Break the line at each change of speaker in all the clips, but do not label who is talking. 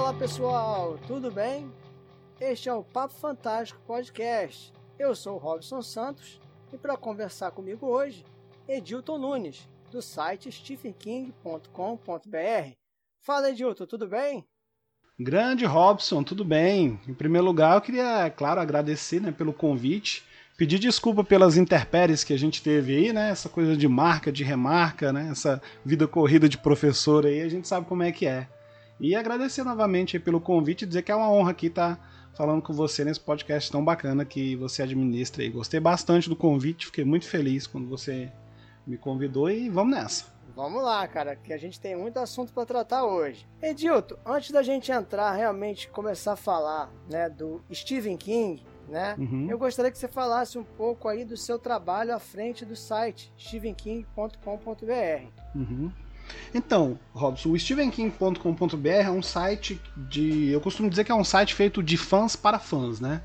Fala pessoal, tudo bem? Este é o Papo Fantástico Podcast. Eu sou o Robson Santos e para conversar comigo hoje, Edilton Nunes, do site stephenking.com.br. Fala Edilton, tudo bem?
Grande Robson, tudo bem? Em primeiro lugar, eu queria, claro, agradecer, né, pelo convite, pedir desculpa pelas intempéries que a gente teve aí, né, essa coisa de marca, de remarca, né, essa vida corrida de professor aí, a gente sabe como é que é. E agradecer novamente aí pelo convite e dizer que é uma honra aqui estar falando com você nesse podcast tão bacana que você administra aí. Gostei bastante do convite, fiquei muito feliz quando você me convidou e vamos nessa.
Vamos lá, cara, que a gente tem muito assunto para tratar hoje. Edilton, antes da gente entrar realmente começar a falar, né, do Stephen King, né, eu gostaria que você falasse um pouco aí do seu trabalho à frente do site stephenking.com.br.
Então, Robson, o stephenking.com.br é um site eu costumo dizer que é um site feito de fãs para fãs, né?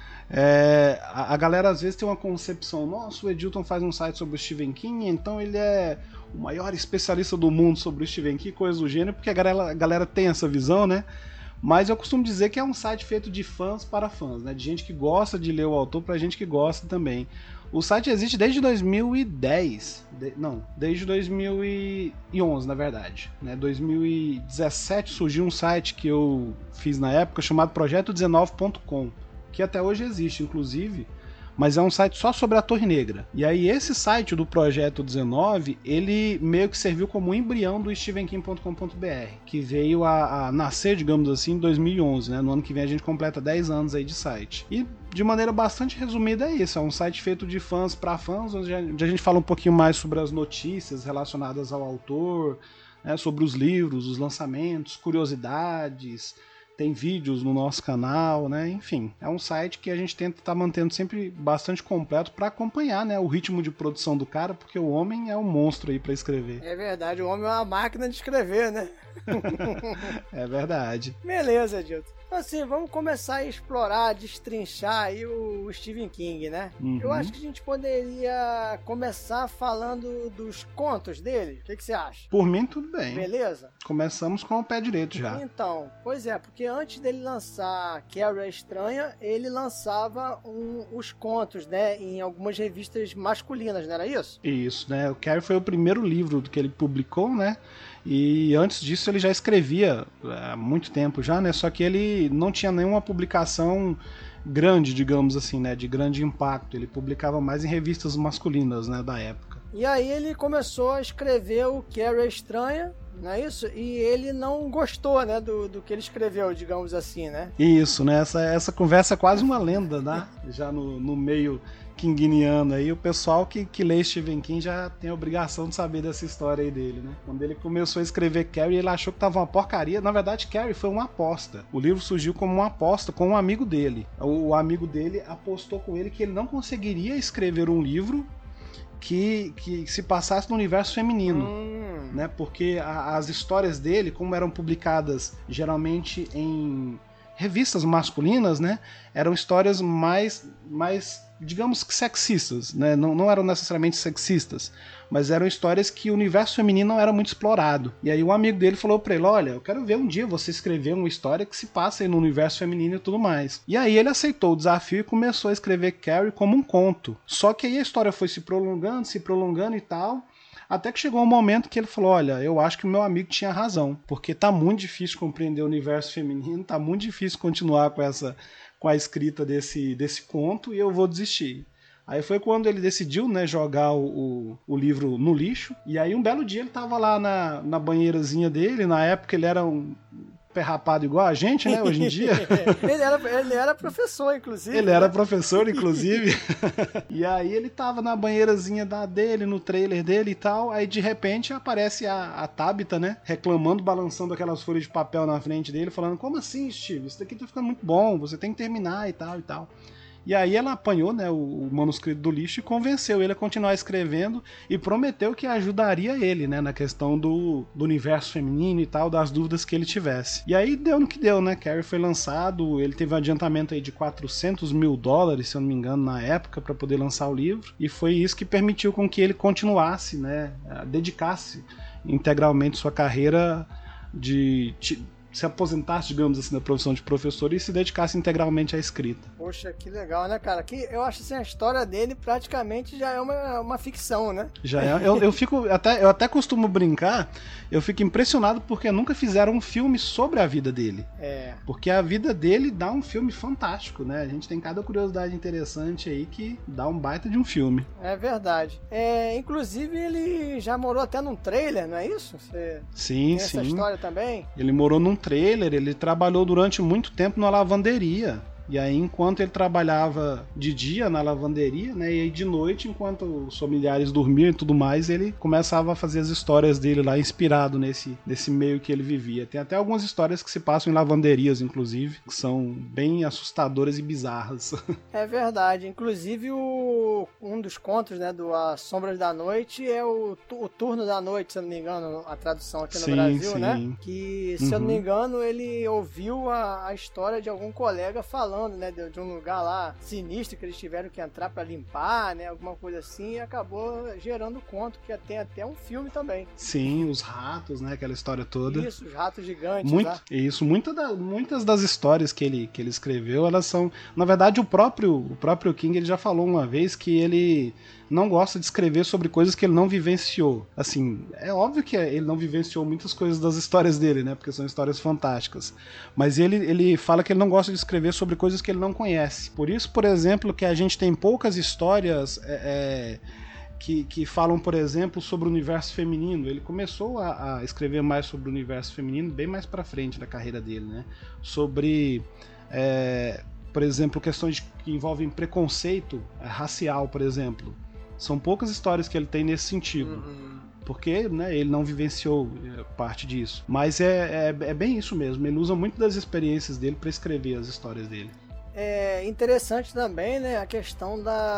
A galera às vezes tem uma concepção, nossa, o Edilton faz um site sobre o Stephen King, então ele é o maior especialista do mundo sobre o Stephen King, coisa do gênero, porque a galera tem essa visão, né? Mas eu costumo dizer que é um site feito de fãs para fãs, né? De gente que gosta de ler o autor para gente que gosta também. O site existe desde 2010, desde 2011, na verdade. Né? 2017 surgiu um site que eu fiz na época chamado Projeto19.com, que até hoje existe, inclusive, mas é um site só sobre a Torre Negra. E aí esse site do Projeto 19, ele meio que serviu como um embrião do stephenking.com.br, que veio a nascer, digamos assim, em 2011, né? No ano que vem a gente completa 10 anos aí de site. E de maneira bastante resumida é isso, é um site feito de fãs para fãs, onde a gente fala um pouquinho mais sobre as notícias relacionadas ao autor, né? Sobre os livros, os lançamentos, curiosidades. Tem vídeos no nosso canal, né? Enfim, é um site que a gente tenta estar mantendo sempre bastante completo para acompanhar, né, o ritmo de produção do cara, porque o homem é um monstro aí para escrever.
É verdade, o homem é uma máquina de escrever, né?
É verdade.
Beleza, Edilton. Então, assim, vamos começar a explorar, destrinchar aí o Stephen King, né? Eu acho que a gente poderia começar falando dos contos dele. O que você acha?
Por mim, tudo bem.
Beleza?
Começamos com o pé direito já.
Então, pois é, porque antes dele lançar Carrie a Estranha, ele lançava os contos, né? Em algumas revistas masculinas, não era isso?
Isso, né? O Carrie foi o primeiro livro que ele publicou, né? E antes disso ele já escrevia há muito tempo já, né? Só que ele não tinha nenhuma publicação grande, digamos assim, né? De grande impacto. Ele publicava mais em revistas masculinas, né? Da época.
E aí ele começou a escrever o Carrie a Estranha, não é isso? E ele não gostou, né? Do que ele escreveu, digamos assim, né?
Isso, né? Essa conversa é quase uma lenda, né? Já no meio kinginiano aí, o pessoal que lê Stephen King já tem a obrigação de saber dessa história aí dele, né? Quando ele começou a escrever Carrie, ele achou que tava uma porcaria. Na verdade, Carrie foi uma aposta. O livro surgiu como uma aposta com um amigo dele. O amigo dele apostou com ele que ele não conseguiria escrever um livro que se passasse no universo feminino, né? Porque as histórias dele, como eram publicadas geralmente em revistas masculinas, né? Eram histórias mais digamos que sexistas, né? Não eram necessariamente sexistas, mas eram histórias que o universo feminino não era muito explorado. E aí um amigo dele falou pra ele, olha, eu quero ver um dia você escrever uma história que se passa aí no universo feminino e tudo mais. E aí ele aceitou o desafio e começou a escrever Carrie como um conto. Só que aí a história foi se prolongando e tal, até que chegou um momento que ele falou, olha, eu acho que o meu amigo tinha razão, porque tá muito difícil compreender o universo feminino, tá muito difícil continuar com a escrita desse conto e eu vou desistir. Aí foi quando ele decidiu, né, jogar o livro no lixo. E aí um belo dia ele tava lá na banheirazinha dele. Na época ele era um pé rapado igual a gente, né, hoje em dia.
Ele era professor, inclusive.
Ele era professor, inclusive. E aí ele tava na banheirazinha dele, no trailer dele e tal. Aí de repente aparece a Tabitha, né, reclamando, balançando aquelas folhas de papel na frente dele, falando, como assim, Steve? Isso daqui tá ficando muito bom, você tem que terminar e tal e tal. E aí ela apanhou, né, o manuscrito do lixo e convenceu ele a continuar escrevendo e prometeu que ajudaria ele, né, na questão do universo feminino e tal, das dúvidas que ele tivesse. E aí deu no que deu, né? Carrie foi lançado, ele teve um adiantamento aí de $400 mil, se eu não me engano, na época, para poder lançar o livro. E foi isso que permitiu com que ele continuasse, né, dedicasse integralmente sua carreira se aposentasse, digamos assim, da profissão de professor e se dedicasse integralmente à escrita.
Poxa, que legal, né, cara? Que eu acho assim, a história dele praticamente já é uma ficção, né?
Já é. Eu até costumo brincar, eu fico impressionado porque nunca fizeram um filme sobre a vida dele. Porque a vida dele dá um filme fantástico, né? A gente tem cada curiosidade interessante aí que dá um baita de um filme.
É verdade. Inclusive, ele já morou até num trailer, não é isso?
Sim,
tem essa história também?
Ele morou num trailer, ele trabalhou durante muito tempo na lavanderia. E aí, enquanto ele trabalhava de dia na lavanderia, né, e aí de noite, enquanto os familiares dormiam e tudo mais, ele começava a fazer as histórias dele lá, inspirado nesse meio que ele vivia. Tem até algumas histórias que se passam em lavanderias, inclusive, que são bem assustadoras e bizarras.
É verdade. Inclusive, um dos contos, né, do As Sombras da Noite é o Turno da Noite, se eu não me engano, a tradução aqui no Brasil, né? Que, se eu não me engano, ele ouviu a história de algum colega falando, né, de um lugar lá sinistro que eles tiveram que entrar pra limpar, né, alguma coisa assim, e acabou gerando conto, que tem até um filme também.
Sim, os ratos, né, aquela história toda.
Isso, os ratos gigantes.
Isso, muitas das histórias que ele escreveu, elas são, na verdade, o próprio King, ele já falou uma vez que ele não gosta de escrever sobre coisas que ele não vivenciou. Assim, é óbvio que ele não vivenciou muitas coisas das histórias dele, né? Porque são histórias fantásticas. Mas ele fala que ele não gosta de escrever sobre coisas que ele não conhece. Por isso, por exemplo, que a gente tem poucas histórias que falam, por exemplo, sobre o universo feminino. Ele começou a escrever mais sobre o universo feminino bem mais pra frente da carreira dele, né? Sobre... por exemplo, questões que envolvem preconceito racial, por exemplo. São poucas histórias que ele tem nesse sentido. Porque, né, ele não vivenciou parte disso. Mas é bem isso mesmo. Ele usa muito das experiências dele para escrever as histórias dele.
É interessante também, né, a questão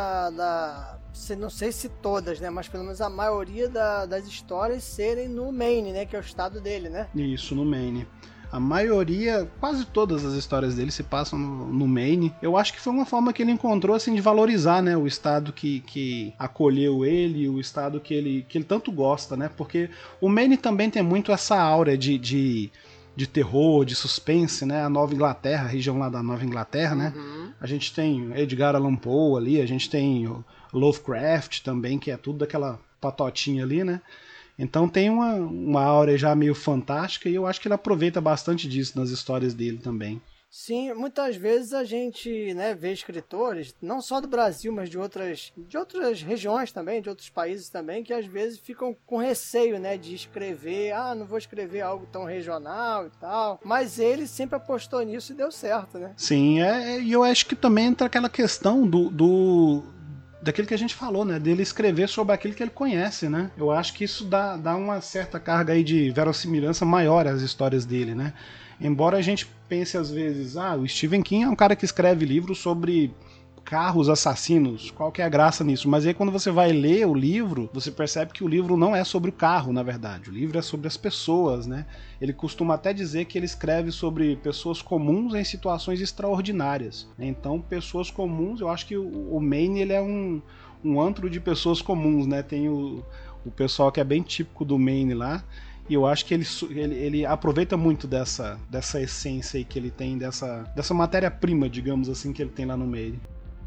não sei se todas, né, mas pelo menos a maioria das histórias serem no Maine, né, que é o estado dele, né?
Isso, no Maine. A maioria, quase todas as histórias dele se passam no Maine. Eu acho que foi uma forma que ele encontrou, assim, de valorizar, né, o estado que acolheu ele, o estado que ele tanto gosta, né? Porque o Maine também tem muito essa aura de terror, de suspense, né? A Nova Inglaterra, a região lá da Nova Inglaterra, né? A gente tem Edgar Allan Poe ali, a gente tem o Lovecraft também, que é tudo daquela patotinha ali, né? Então tem uma aura já meio fantástica e eu acho que ele aproveita bastante disso nas histórias dele também.
Sim, muitas vezes a gente, né, vê escritores, não só do Brasil, mas de outras regiões também, de outros países também, que às vezes ficam com receio, né, de escrever, não vou escrever algo tão regional e tal, mas ele sempre apostou nisso e deu certo, né?
Sim, e eu acho que também entra aquela questão daquilo que a gente falou, né? Dele escrever sobre aquilo que ele conhece, né? Eu acho que isso dá uma certa carga aí de verossimilhança maior às histórias dele, né? Embora a gente pense às vezes, o Stephen King é um cara que escreve livros sobre carros assassinos, qual que é a graça nisso? Mas aí quando você vai ler o livro, você percebe que o livro não é sobre o carro, na verdade. O livro é sobre as pessoas, né? Ele costuma até dizer que ele escreve sobre pessoas comuns em situações extraordinárias. Então, pessoas comuns, eu acho que o Maine, ele é um antro de pessoas comuns, né? Tem o pessoal que é bem típico do Maine lá, e eu acho que ele aproveita muito dessa essência aí que ele tem, dessa matéria-prima, digamos assim, que ele tem lá no Maine.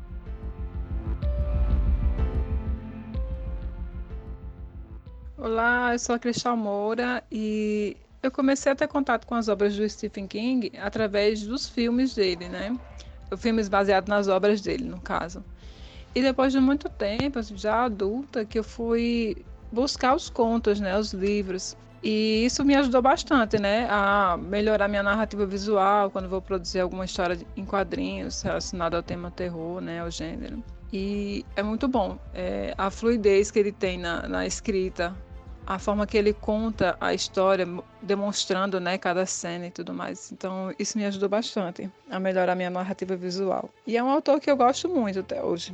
Olá, eu sou a Cristal Moura e eu comecei a ter contato com as obras do Stephen King através dos filmes dele, né? Filmes baseados nas obras dele, no caso. E depois de muito tempo, já adulta, que eu fui buscar os contos, né? Os livros. E isso me ajudou bastante, né? A melhorar minha narrativa visual quando vou produzir alguma história em quadrinhos relacionada ao tema terror, né? Ao gênero. E é muito bom. A fluidez que ele tem na escrita, a forma que ele conta a história, demonstrando, né, cada cena e tudo mais. Então, isso me ajudou bastante a melhorar minha narrativa visual. E é um autor que eu gosto muito até hoje.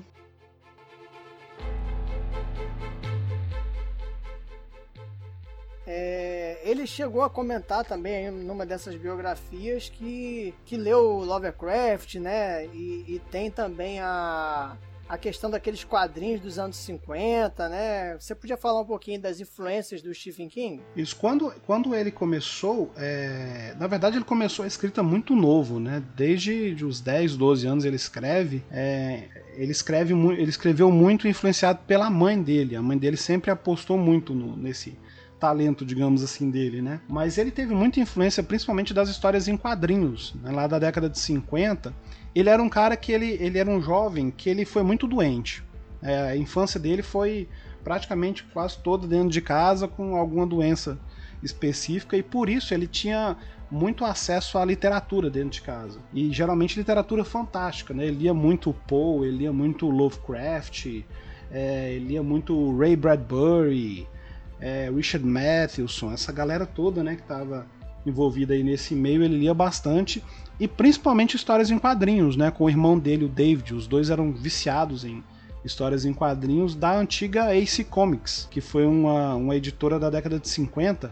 Ele chegou a comentar também numa dessas biografias que leu Lovecraft, né? E tem também a a questão daqueles quadrinhos dos anos 50, né? Você podia falar um pouquinho das influências do Stephen King?
Isso, quando ele começou, na verdade ele começou a escrita muito novo, né? Desde os 10, 12 anos ele escreve. Ele escreveu muito influenciado pela mãe dele. A mãe dele sempre apostou muito nesse talento, digamos assim, dele, né? Mas ele teve muita influência principalmente das histórias em quadrinhos, né? Lá da década de 50. Ele era um cara que ele era um jovem que ele foi muito doente. A infância dele foi praticamente quase toda dentro de casa com alguma doença específica, e por isso ele tinha muito acesso à literatura dentro de casa. E geralmente literatura fantástica, né? Ele lia muito Poe, ele lia muito Lovecraft, ele lia muito Ray Bradbury, Richard Matheson, essa galera toda, né, que estava envolvida aí nesse meio. Ele lia bastante, e principalmente histórias em quadrinhos, né, com o irmão dele, o David. Os dois eram viciados em histórias em quadrinhos da antiga AC Comics, que foi uma editora da década de 50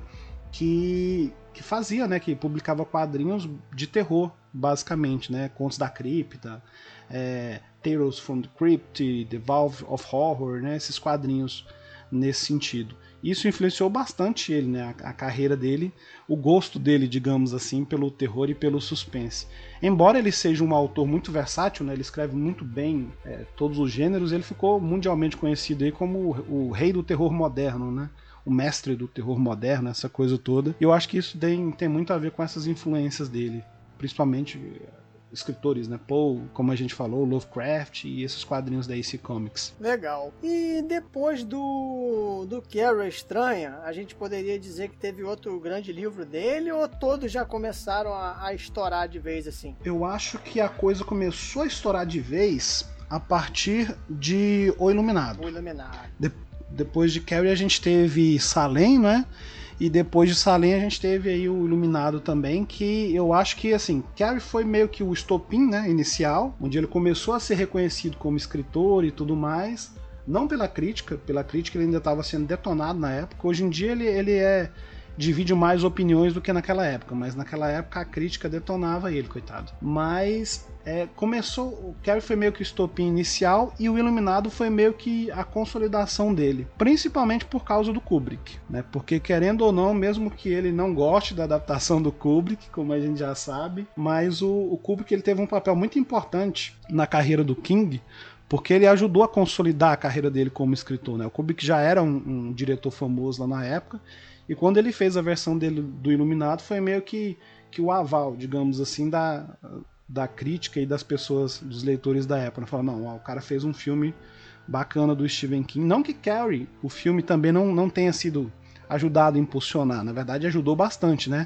que fazia, né, que publicava quadrinhos de terror, basicamente, né, Contos da Cripta, Tales from the Crypt, The Valve of Horror, né, esses quadrinhos nesse sentido. Isso influenciou bastante ele, né, a carreira dele, o gosto dele, digamos assim, pelo terror e pelo suspense. Embora ele seja um autor muito versátil, né, ele escreve muito bem todos os gêneros, ele ficou mundialmente conhecido aí como o rei do terror moderno, né, o mestre do terror moderno, essa coisa toda. E eu acho que isso tem muito a ver com essas influências dele, principalmente escritores, né? Poe, como a gente falou, Lovecraft e esses quadrinhos da AC Comics.
Legal. E depois do Carrie Estranha, a gente poderia dizer que teve outro grande livro dele, ou todos já começaram a estourar de vez assim?
Eu acho que a coisa começou a estourar de vez a partir de O Iluminado.
O Iluminado.
Depois de Carrie a gente teve Salem, né? E depois de Salem a gente teve aí o Iluminado também, que eu acho que, assim, Carrie foi meio que o estopim, né, inicial, onde ele começou a ser reconhecido como escritor e tudo mais, não pela crítica ele ainda estava sendo detonado na época. Hoje em dia ele divide mais opiniões do que naquela época, mas naquela época a crítica detonava ele, coitado. Mas o Carrie foi meio que o estopim inicial, e o Iluminado foi meio que a consolidação dele, principalmente por causa do Kubrick, né? Porque, querendo ou não, mesmo que ele não goste da adaptação do Kubrick, como a gente já sabe, mas o Kubrick ele teve um papel muito importante na carreira do King, porque ele ajudou a consolidar a carreira dele como escritor, né? O Kubrick já era um diretor famoso lá na época, e quando ele fez a versão dele do Iluminado foi meio que o aval, digamos assim, da crítica e das pessoas, dos leitores da época. Falaram, não, o cara fez um filme bacana do Stephen King. Não que Carrie, o filme, também não tenha sido ajudado a impulsionar. Na verdade, ajudou bastante, né?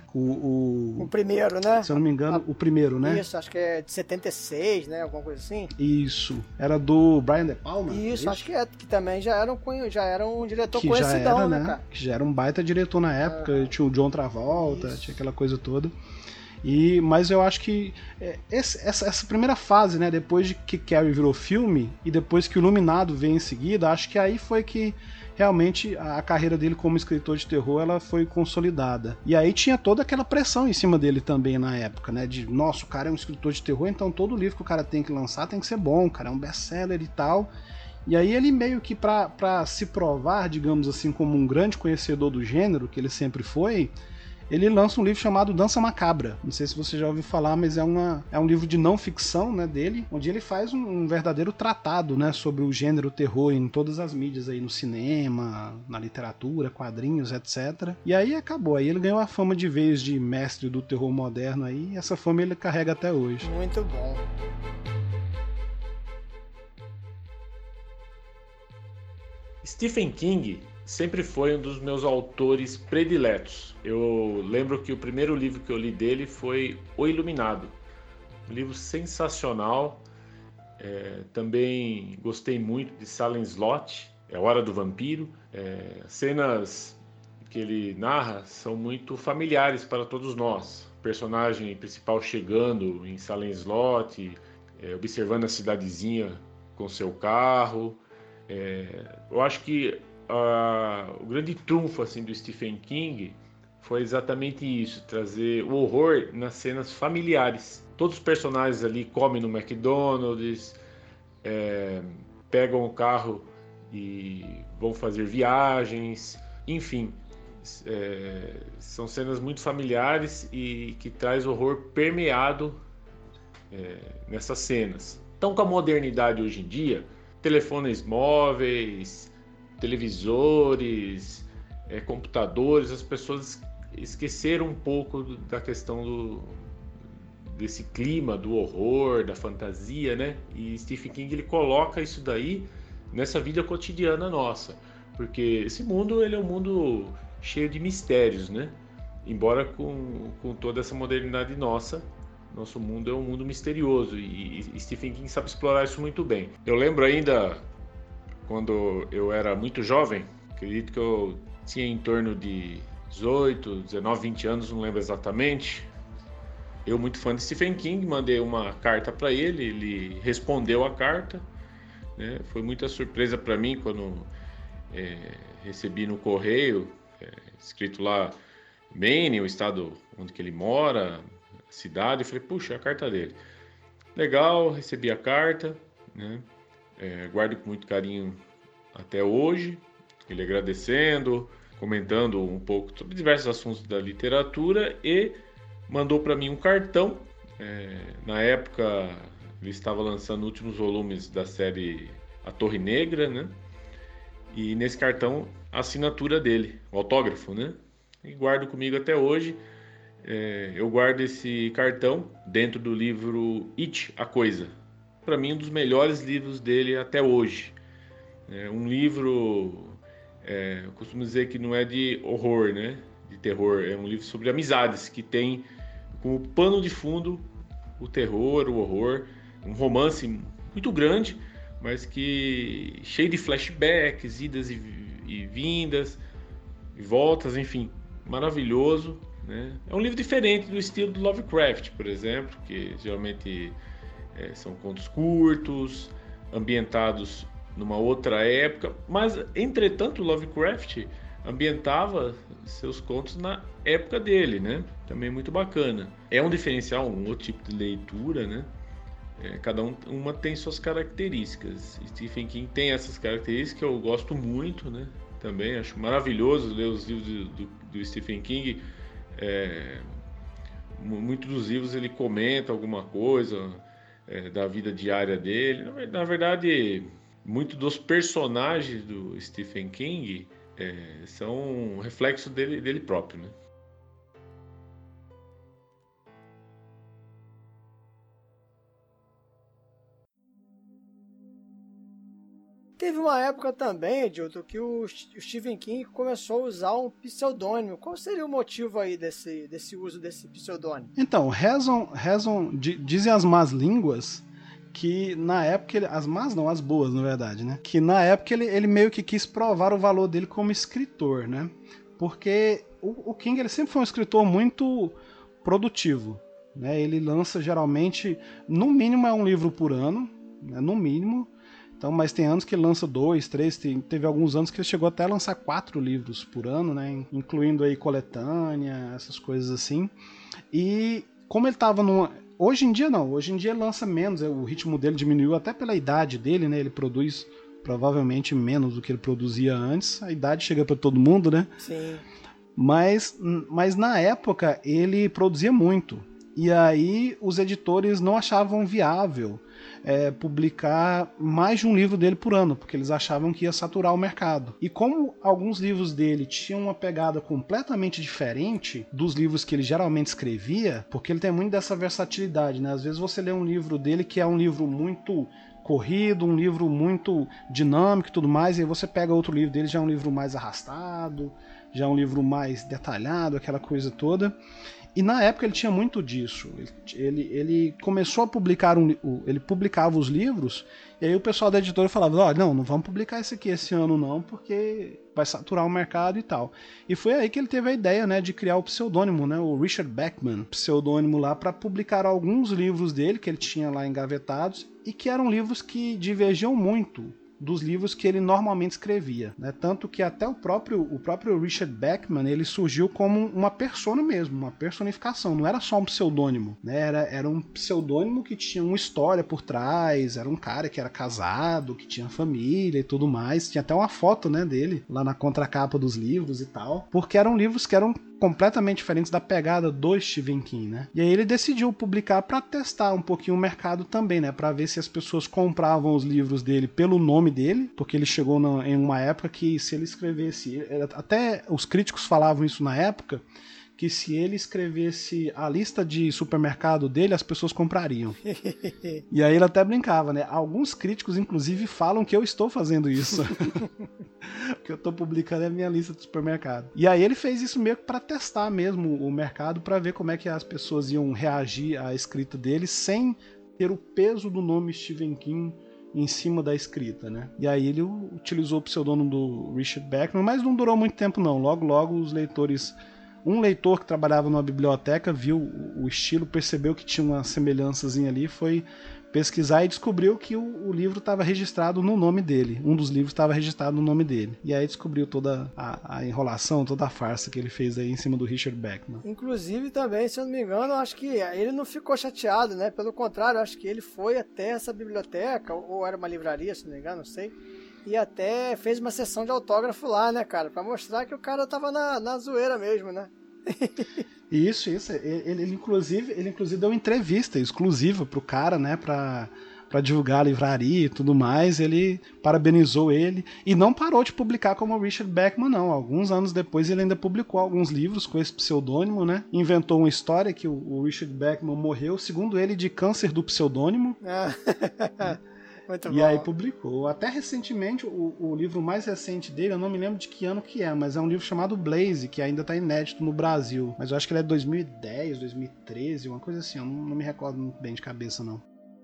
O primeiro, né?
Se eu não me engano, o primeiro, né?
Isso, acho que é de 76, né? Alguma coisa assim.
Isso. Era do Brian De Palma?
Isso, acho que também já era um diretor
que
conhecidão,
já era,
né, cara?
Que já era um baita diretor na época. Tinha o John Travolta, tinha aquela coisa toda. Mas eu acho que essa primeira fase, né, depois de que Carrie virou filme e depois que o Iluminado veio em seguida, acho que aí foi que realmente a carreira dele como escritor de terror ela foi consolidada. E aí tinha toda aquela pressão em cima dele também na época, né, de, nossa, o cara é um escritor de terror, então todo livro que o cara tem que lançar tem que ser bom, o cara é um best-seller e tal. E aí ele meio que pra se provar, digamos assim, como um grande conhecedor do gênero, que ele sempre foi, ele lança um livro chamado Dança Macabra. Não sei se você já ouviu falar, mas é um livro de não ficção, né, dele, onde ele faz um verdadeiro tratado, né, sobre o gênero terror em todas as mídias, aí, no cinema, na literatura, quadrinhos, etc. E aí acabou. Aí ele ganhou a fama de vez de mestre do terror moderno, aí, e essa fama ele carrega até hoje.
Muito bom.
Stephen King sempre foi um dos meus autores prediletos. Eu lembro que o primeiro livro que eu li dele foi O Iluminado. Um livro sensacional. Também gostei muito de Salem Slot, A Hora do Vampiro. Cenas que ele narra são muito familiares para todos nós. O personagem principal chegando em Salem Slot, observando a cidadezinha com seu carro. Eu acho que o grande trunfo assim, do Stephen King foi exatamente isso, trazer o horror nas cenas familiares. Todos os personagens ali comem no McDonald's, pegam o carro e vão fazer viagens, enfim, são cenas muito familiares e que traz horror permeado nessas cenas. Então, com a modernidade hoje em dia, telefones móveis, televisores, computadores, as pessoas esqueceram um pouco da questão desse clima do horror, da fantasia, né? E Stephen King, ele coloca isso daí nessa vida cotidiana nossa, porque esse mundo, ele é um mundo cheio de mistérios, né? Embora com toda essa modernidade nossa, nosso mundo é um mundo misterioso e Stephen King sabe explorar isso muito bem. Eu lembro ainda, quando eu era muito jovem, acredito que eu tinha em torno de 18, 19, 20 anos, não lembro exatamente. Eu, muito fã de Stephen King, mandei uma carta para ele, ele respondeu a carta, né? Foi muita surpresa para mim quando recebi no correio, escrito lá Maine, o estado onde que ele mora, a cidade. Eu falei, puxa, a carta dele. Legal, recebi a carta, né? Guardo com muito carinho até hoje, ele agradecendo, comentando um pouco sobre diversos assuntos da literatura e mandou para mim um cartão. Na época ele estava lançando últimos volumes da série A Torre Negra, né? E nesse cartão a assinatura dele, o autógrafo, né? E guardo comigo até hoje. Eu guardo esse cartão dentro do livro It, A Coisa. Para mim, um dos melhores livros dele até hoje. Um livro, eu costumo dizer que não é de horror, né? De terror. É um livro sobre amizades que tem como pano de fundo o terror, o horror. Um romance muito grande, mas que cheio de flashbacks, idas e vindas, e voltas, enfim, maravilhoso, né? É um livro diferente do estilo do Lovecraft, por exemplo, que geralmente são contos curtos, ambientados numa outra época, mas, entretanto, o Lovecraft ambientava seus contos na época dele, né? Também muito bacana. É um diferencial, um outro tipo de leitura, né? Cada uma tem suas características. Stephen King tem essas características que eu gosto muito, né? Também acho maravilhoso ler os livros do Stephen King. Muitos dos livros ele comenta alguma coisa da vida diária dele. Na verdade, muitos dos personagens do Stephen King são um reflexo dele próprio, né?
Teve uma época também, Edilton, que o Stephen King começou a usar um pseudônimo. Qual seria o motivo aí desse uso desse pseudônimo?
Então, dizem as más línguas que na época, as más não, as boas, na verdade, né? Que na época ele meio que quis provar o valor dele como escritor, né? Porque o King ele sempre foi um escritor muito produtivo, né? Ele lança geralmente, no mínimo, um livro por ano, né? No mínimo. Então, mas tem anos que ele lança 2, 3, teve alguns anos que ele chegou até a lançar 4 livros por ano, né? Incluindo aí coletânea, essas coisas assim. E como ele estava numa... Hoje em dia não, hoje em dia ele lança menos, o ritmo dele diminuiu até pela idade dele, né? Ele produz provavelmente menos do que ele produzia antes, a idade chega para todo mundo, né?
Sim.
Mas na época ele produzia muito, e aí os editores não achavam viável publicar mais de um livro dele por ano, porque eles achavam que ia saturar o mercado. E como alguns livros dele tinham uma pegada completamente diferente dos livros que ele geralmente escrevia, porque ele tem muito dessa versatilidade, né? Às vezes você lê um livro dele que é um livro muito corrido, um livro muito dinâmico e tudo mais, e aí você pega outro livro dele, já é um livro mais arrastado, já é um livro mais detalhado, aquela coisa toda. E na época ele tinha muito disso. Ele começou a publicar ele publicava os livros, e aí o pessoal da editora falava, olha, não vamos publicar esse aqui esse ano não, porque vai saturar o mercado e tal. E foi aí que ele teve a ideia, né, de criar o pseudônimo, né, o Richard Bachman, pseudônimo lá, para publicar alguns livros dele, que ele tinha lá engavetados, e que eram livros que divergiam muito dos livros que ele normalmente escrevia, né? Tanto que até o próprio Richard Bachman, ele surgiu como uma persona mesmo, uma personificação, não era só um pseudônimo, né? Era um pseudônimo que tinha uma história por trás, era um cara que era casado, que tinha família e tudo mais, tinha até uma foto, né, dele lá na contracapa dos livros e tal, porque eram livros que eram completamente diferentes da pegada do Stephen King, né? E aí ele decidiu publicar para testar um pouquinho o mercado também, né? Para ver se as pessoas compravam os livros dele pelo nome dele, porque ele chegou em uma época que se ele escrevesse, até os críticos falavam isso na época, que se ele escrevesse a lista de supermercado dele, as pessoas comprariam. E aí ele até brincava, né? Alguns críticos, inclusive, falam que eu estou fazendo isso. Que eu estou publicando a minha lista de supermercado. E aí ele fez isso meio que para testar mesmo o mercado, para ver como é que as pessoas iam reagir à escrita dele sem ter o peso do nome Stephen King em cima da escrita, né? E aí ele utilizou o pseudônimo do Richard Bachman, mas não durou muito tempo não. Logo os leitores... Um leitor que trabalhava numa biblioteca viu o estilo, percebeu que tinha uma semelhançazinha ali, foi pesquisar e descobriu que o livro estava registrado no nome dele. Um dos livros estava registrado no nome dele. E aí descobriu toda a enrolação, toda a farsa que ele fez aí em cima do Richard Bachman.
Inclusive também, se eu não me engano, eu acho que ele não ficou chateado, né? Pelo contrário, eu acho que ele foi até essa biblioteca, ou era uma livraria, se não me engano, não sei. E até fez uma sessão de autógrafo lá, né, cara? Pra mostrar que o cara tava na zoeira mesmo, né?
Isso. Ele inclusive deu uma entrevista exclusiva pro cara, né? Pra divulgar a livraria e tudo mais. Ele parabenizou ele e não parou de publicar como o Richard Bachman, não. Alguns anos depois ele ainda publicou alguns livros com esse pseudônimo, né? Inventou uma história que o Richard Bachman morreu, segundo ele, de câncer do pseudônimo.
Muito
e
bom.
Aí publicou. Até recentemente, o livro mais recente dele, eu não me lembro de que ano que é, mas é um livro chamado Blaze, que ainda está inédito no Brasil. Mas eu acho que ele é de 2010, 2013, uma coisa assim, eu não me recordo muito bem de cabeça, não.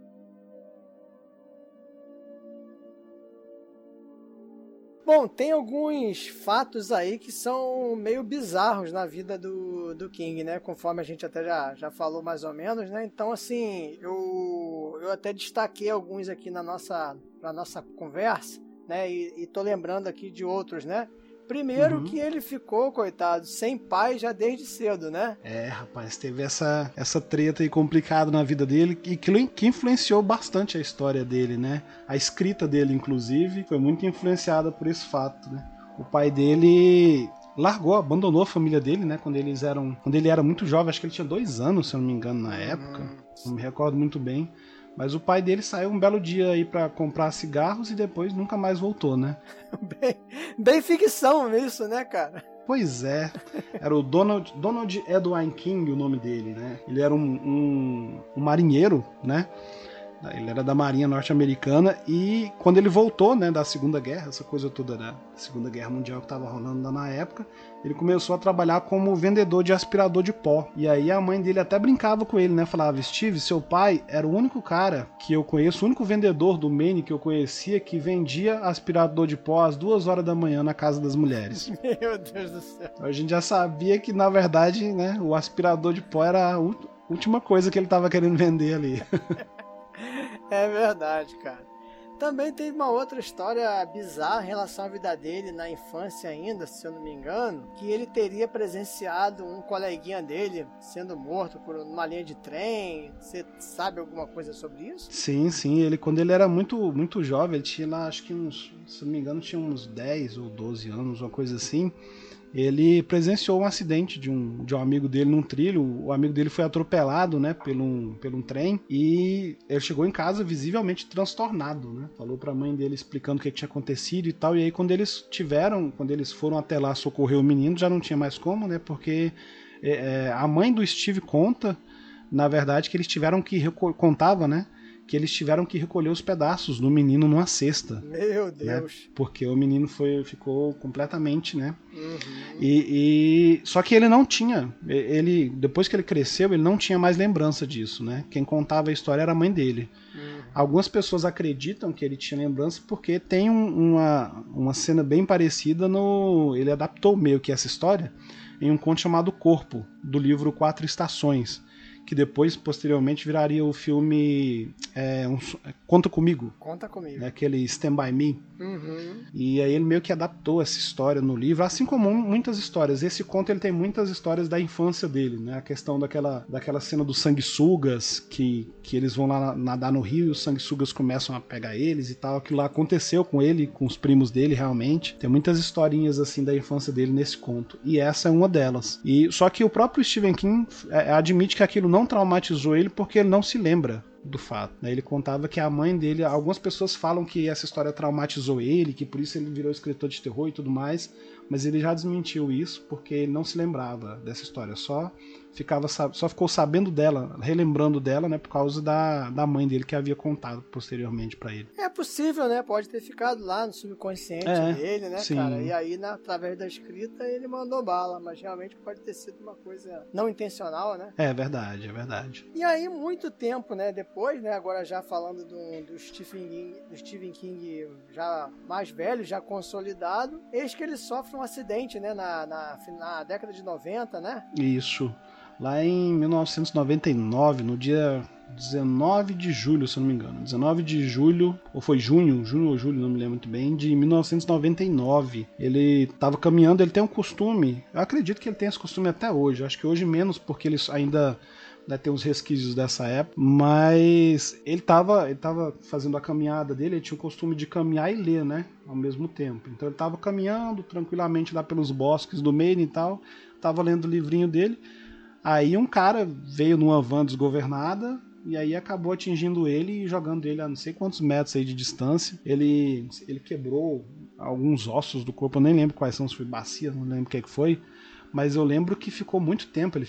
Bom, tem alguns fatos aí que são meio bizarros na vida do King, né? Conforme a gente até já falou mais ou menos, né? Então, assim, eu até destaquei alguns aqui na nossa conversa, né? E tô lembrando aqui de outros, né? Primeiro que ele ficou, coitado, sem pai já desde cedo, né?
Rapaz, teve essa treta aí complicada na vida dele e que influenciou bastante a história dele, né? A escrita dele, inclusive, foi muito influenciada por esse fato, né? O pai dele abandonou a família dele, né? Quando ele era muito jovem, acho que ele tinha 2 anos, se eu não me engano, na época. Não me recordo muito bem. Mas o pai dele saiu um belo dia aí pra comprar cigarros e depois nunca mais voltou, né?
Bem ficção isso, né, cara?
Pois é. Era o Donald Edwin King o nome dele, né? Ele era um marinheiro, né? Ele era da Marinha Norte-Americana e quando ele voltou, né, da Segunda Guerra, essa coisa toda da Segunda Guerra Mundial que estava rolando lá na época, ele começou a trabalhar como vendedor de aspirador de pó. E aí a mãe dele até brincava com ele, né? Falava, Steve, seu pai era o único cara que eu conheço, o único vendedor do Maine que eu conhecia que vendia aspirador de pó às 2 horas da manhã na casa das mulheres.
Meu Deus do céu.
A gente já sabia que, na verdade, né, o aspirador de pó era a última coisa que ele estava querendo vender ali.
É verdade, cara. Também tem uma outra história bizarra em relação à vida dele na infância ainda, se eu não me engano, que ele teria presenciado um coleguinha dele sendo morto por uma linha de trem. Você sabe alguma coisa sobre isso?
Sim. Ele, quando ele era muito jovem, ele tinha lá, acho que se eu não me engano, tinha uns 10 ou 12 anos, uma coisa assim. Ele presenciou um acidente de um amigo dele num trilho. O amigo dele foi atropelado, né, pelo um trem, e ele chegou em casa visivelmente transtornado, né? Falou pra mãe dele explicando o que tinha acontecido e tal. E aí quando eles foram até lá socorrer o menino, já não tinha mais como, né? Porque a mãe do Steve conta, na verdade, que eles tiveram que contava, né? Que eles tiveram que recolher os pedaços do menino numa cesta.
Meu Deus!
Né? Porque o menino ficou completamente, né? E só que ele não tinha, depois que ele cresceu, ele não tinha mais lembrança disso, né? Quem contava a história era a mãe dele. Algumas pessoas acreditam que ele tinha lembrança porque tem uma cena bem parecida ele adaptou meio que essa história em um conto chamado Corpo, do livro 4 Estações, que depois, posteriormente, viraria o filme Conta Comigo.
Conta Comigo.
Né, aquele Stand By Me.
Uhum.
E aí ele meio que adaptou essa história no livro, assim como muitas histórias. Esse conto ele tem muitas histórias da infância dele, né? A questão daquela cena dos sanguessugas, que eles vão lá nadar no rio e os sanguessugas começam a pegar eles e tal. Aquilo lá aconteceu com ele, com os primos dele, realmente. Tem muitas historinhas assim da infância dele nesse conto. E essa é uma delas. Só que o próprio Stephen King admite que aquilo não traumatizou ele porque ele não se lembra do fato. Ele contava que a mãe dele, algumas pessoas falam que essa história traumatizou ele, que por isso ele virou escritor de terror e tudo mais, mas ele já desmentiu isso porque ele não se lembrava dessa história, só ficou sabendo dela, relembrando dela, né, por causa da mãe dele que havia contado posteriormente pra ele.
É possível, né? Pode ter ficado lá no subconsciente dele, né, sim. Cara? E aí, através da escrita, ele mandou bala, mas realmente pode ter sido uma coisa não intencional, né?
É verdade, é verdade.
E aí, muito tempo, né, depois, né, agora já falando do Stephen King já mais velho, já consolidado, eis que ele sofre um acidente, né, na década de 90, né?
Isso. Lá em 1999, no dia 19 de julho, se eu não me engano. 19 de julho, ou foi junho ou julho, não me lembro muito bem, de 1999. Ele estava caminhando, ele tem um costume, eu acredito que ele tem esse costume até hoje, acho que hoje menos porque ele ainda tem uns resquícios dessa época, mas ele tava fazendo a caminhada dele, ele tinha o costume de caminhar e ler, né, ao mesmo tempo. Então ele estava caminhando tranquilamente lá pelos bosques do Maine e tal, estava lendo o livrinho dele. Aí um cara veio numa van desgovernada e aí acabou atingindo ele e jogando ele a não sei quantos metros aí de distância. Ele quebrou alguns ossos do corpo, eu nem lembro quais são, se foi bacia, não lembro o que foi, mas eu lembro que ele ficou muito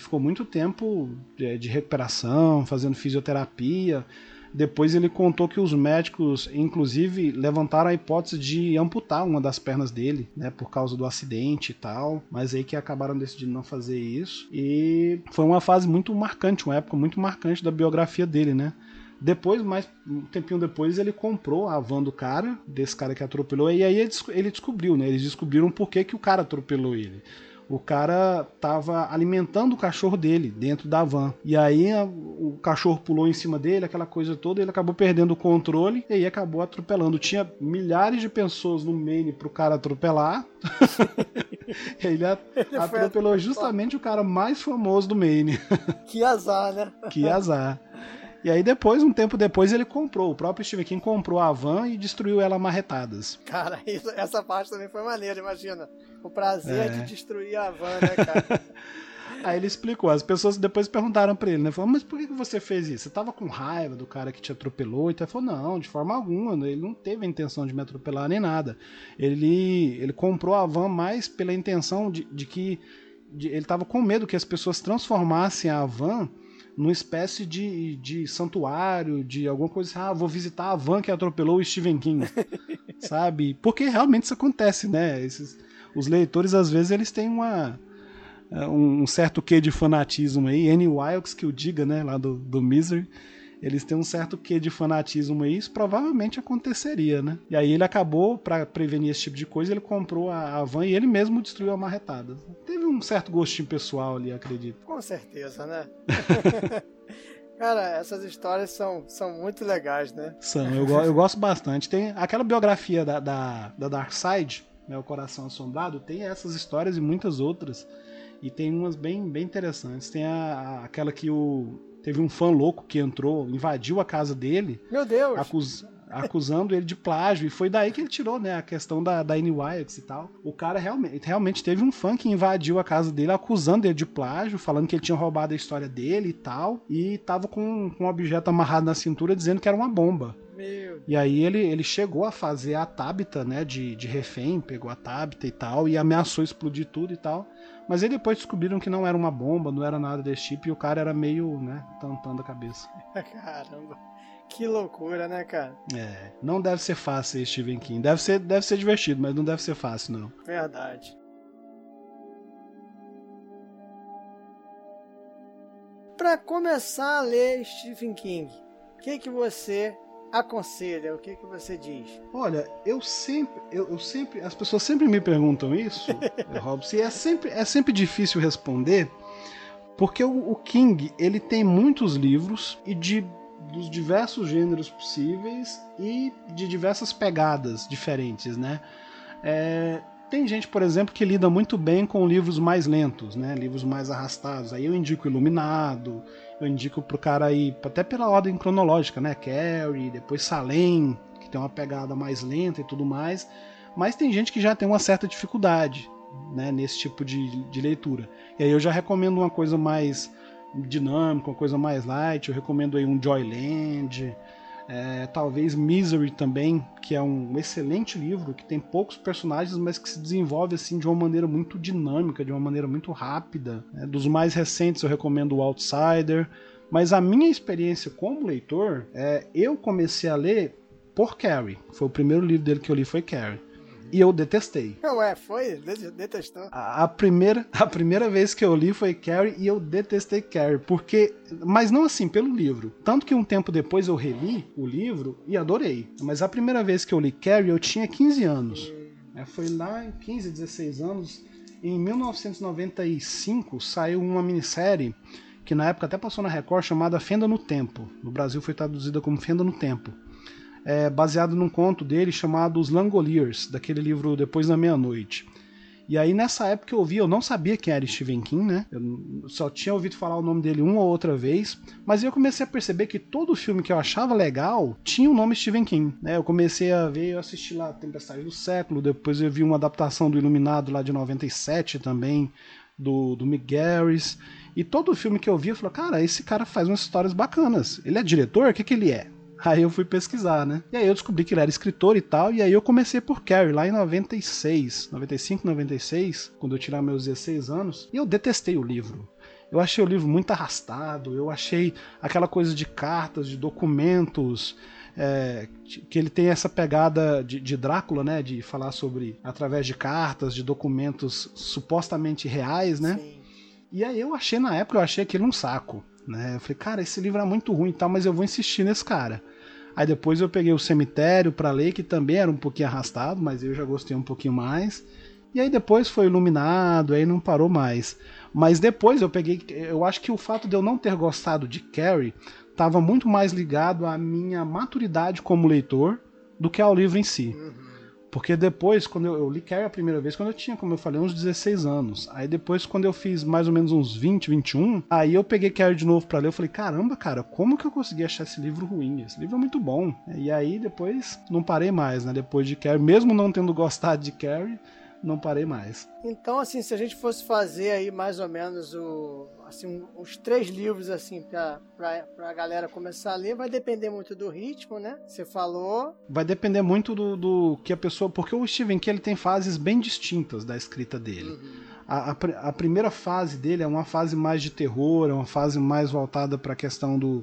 tempo de recuperação, fazendo fisioterapia. Depois ele contou que os médicos, inclusive, levantaram a hipótese de amputar uma das pernas dele, né, por causa do acidente e tal, mas aí que acabaram decidindo não fazer isso. E foi uma fase muito marcante, uma época muito marcante da biografia dele, né. Depois, um tempinho depois, ele comprou a van do cara, desse cara que atropelou, e aí ele descobriu, né, eles descobriram por que o cara atropelou ele. O cara tava alimentando o cachorro dele dentro da van. E aí o cachorro pulou em cima dele, aquela coisa toda, ele acabou perdendo o controle e aí acabou atropelando. Tinha milhares de pessoas no Maine pro cara atropelar. Ele atropelou justamente o cara mais famoso do Maine.
Que azar, né?
Que azar. E aí um tempo depois, ele comprou. O próprio Stephen King comprou a van e destruiu ela a marretadas.
Cara, essa parte também foi maneira, imagina. O prazer de destruir a van, né, cara?
Aí ele explicou. As pessoas depois perguntaram pra ele, né? Falaram, mas por que você fez isso? Você tava com raiva do cara que te atropelou? Então ele falou, não, de forma alguma. Ele não teve a intenção de me atropelar nem nada. Ele comprou a van mais pela intenção de que... ele tava com medo que as pessoas transformassem a van numa espécie de santuário, de alguma coisa assim, vou visitar a van que atropelou o Stephen King, sabe? Porque realmente isso acontece, né? Os leitores, às vezes, eles têm um certo quê de fanatismo aí, Annie Wilkes que o diga, né, lá do Misery, eles têm um certo quê de fanatismo aí, isso provavelmente aconteceria, né? E aí ele acabou, pra prevenir esse tipo de coisa, ele comprou a van e ele mesmo destruiu a marretada. Teve um certo gostinho pessoal ali, acredito.
Com certeza, né? Cara, essas histórias são muito legais, né?
São, eu gosto bastante. Tem aquela biografia da Dark Side, né, O Coração Assombrado, tem essas histórias e muitas outras. E tem umas bem, bem interessantes. Tem aquela que teve um fã louco que entrou, invadiu a casa dele.
Meu Deus!
Acusando ele de plágio. E foi daí que ele tirou, né, a questão da Annie Wilkes e tal. O cara realmente teve um fã que invadiu a casa dele, acusando ele de plágio, falando que ele tinha roubado a história dele e tal. E tava com um objeto amarrado na cintura dizendo que era uma bomba. E aí ele chegou a fazer a Tabitha, né, de refém, pegou a Tabitha e tal, e ameaçou explodir tudo e tal. Mas aí depois descobriram que não era uma bomba, não era nada desse tipo, e o cara era meio, né, tampando a cabeça.
Caramba, que loucura, né, cara?
Não deve ser fácil esse Stephen King. Deve ser divertido, mas não deve ser fácil, não.
Verdade. Para começar a ler Stephen King, o que você aconselha? O que você diz?
Olha, eu sempre, as pessoas sempre me perguntam isso, Robson, e é sempre difícil responder, Porque o King, ele tem muitos livros e dos diversos gêneros possíveis e de diversas pegadas diferentes, né? Tem gente, por exemplo, que lida muito bem com livros mais lentos, né? Livros mais arrastados. Aí eu indico Iluminado, eu indico pro cara ir até pela ordem cronológica, né? Carrie, depois Salem, que tem uma pegada mais lenta e tudo mais. Mas tem gente que já tem uma certa dificuldade, né, nesse tipo de leitura. E aí eu já recomendo uma coisa mais dinâmica, uma coisa mais light. Eu recomendo aí um Joyland, talvez Misery também, que é um excelente livro, que tem poucos personagens, mas que se desenvolve assim de uma maneira muito dinâmica, de uma maneira muito rápida. Dos mais recentes eu recomendo o Outsider, mas a minha experiência como leitor, eu comecei a ler por Carrie. Foi o primeiro livro dele que eu li, foi Carrie. E eu detestei.
Foi? Detestou?
A primeira vez que eu li foi Carrie e eu detestei Carrie. Mas não assim, pelo livro. Tanto que um tempo depois eu reli o livro e adorei. Mas a primeira vez que eu li Carrie eu tinha 15 anos. Foi lá em 15, 16 anos. Em 1995 saiu uma minissérie que na época até passou na Record, chamada Fenda no Tempo. No Brasil foi traduzida como Fenda no Tempo. Baseado num conto dele chamado Os Langoliers, daquele livro Depois da Meia-Noite. E aí nessa época eu não sabia quem era Stephen King, né? Eu só tinha ouvido falar o nome dele uma ou outra vez, mas eu comecei a perceber que todo filme que eu achava legal tinha o nome Stephen King, né? Eu comecei a ver, eu assisti lá Tempestade do Século, depois eu vi uma adaptação do Iluminado lá de 97 também, do Mick Garris, e todo filme que eu vi eu falei, cara, esse cara faz umas histórias bacanas. Ele é diretor? O que ele é? Aí eu fui pesquisar, né? E aí eu descobri que ele era escritor e tal, e aí eu comecei por Carrie, lá em 95, 96, quando eu tirar meus 16 anos, e eu detestei o livro. Eu achei o livro muito arrastado, eu achei aquela coisa de cartas, de documentos, que ele tem essa pegada de Drácula, né? De falar sobre, através de cartas, de documentos supostamente reais, né? Sim. E aí eu achei aquilo um saco. Eu falei, cara, esse livro é muito ruim e tal, mas eu vou insistir nesse cara. Aí depois eu peguei o Cemitério pra ler, que também era um pouquinho arrastado, mas eu já gostei um pouquinho mais. E aí depois foi Iluminado, aí não parou mais. Mas depois eu acho que o fato de eu não ter gostado de Carrie estava muito mais ligado à minha maturidade como leitor do que ao livro em si. Porque depois, quando eu li Carrie a primeira vez, quando eu tinha, como eu falei, uns 16 anos. Aí depois, quando eu fiz mais ou menos uns 20, 21, aí eu peguei Carrie de novo pra ler. Eu falei, caramba, cara, como que eu consegui achar esse livro ruim? Esse livro é muito bom. E aí depois não parei mais, né? Depois de Carrie, mesmo não tendo gostado de Carrie, não parei mais.
Então, assim, se a gente fosse fazer aí mais ou menos uns 3 livros, assim, pra galera começar a ler, vai depender muito do ritmo, né? Você falou.
Vai depender muito do que a pessoa... Porque o Stephen King, ele tem fases bem distintas da escrita dele. A primeira fase dele é uma fase mais de terror, é uma fase mais voltada para a questão do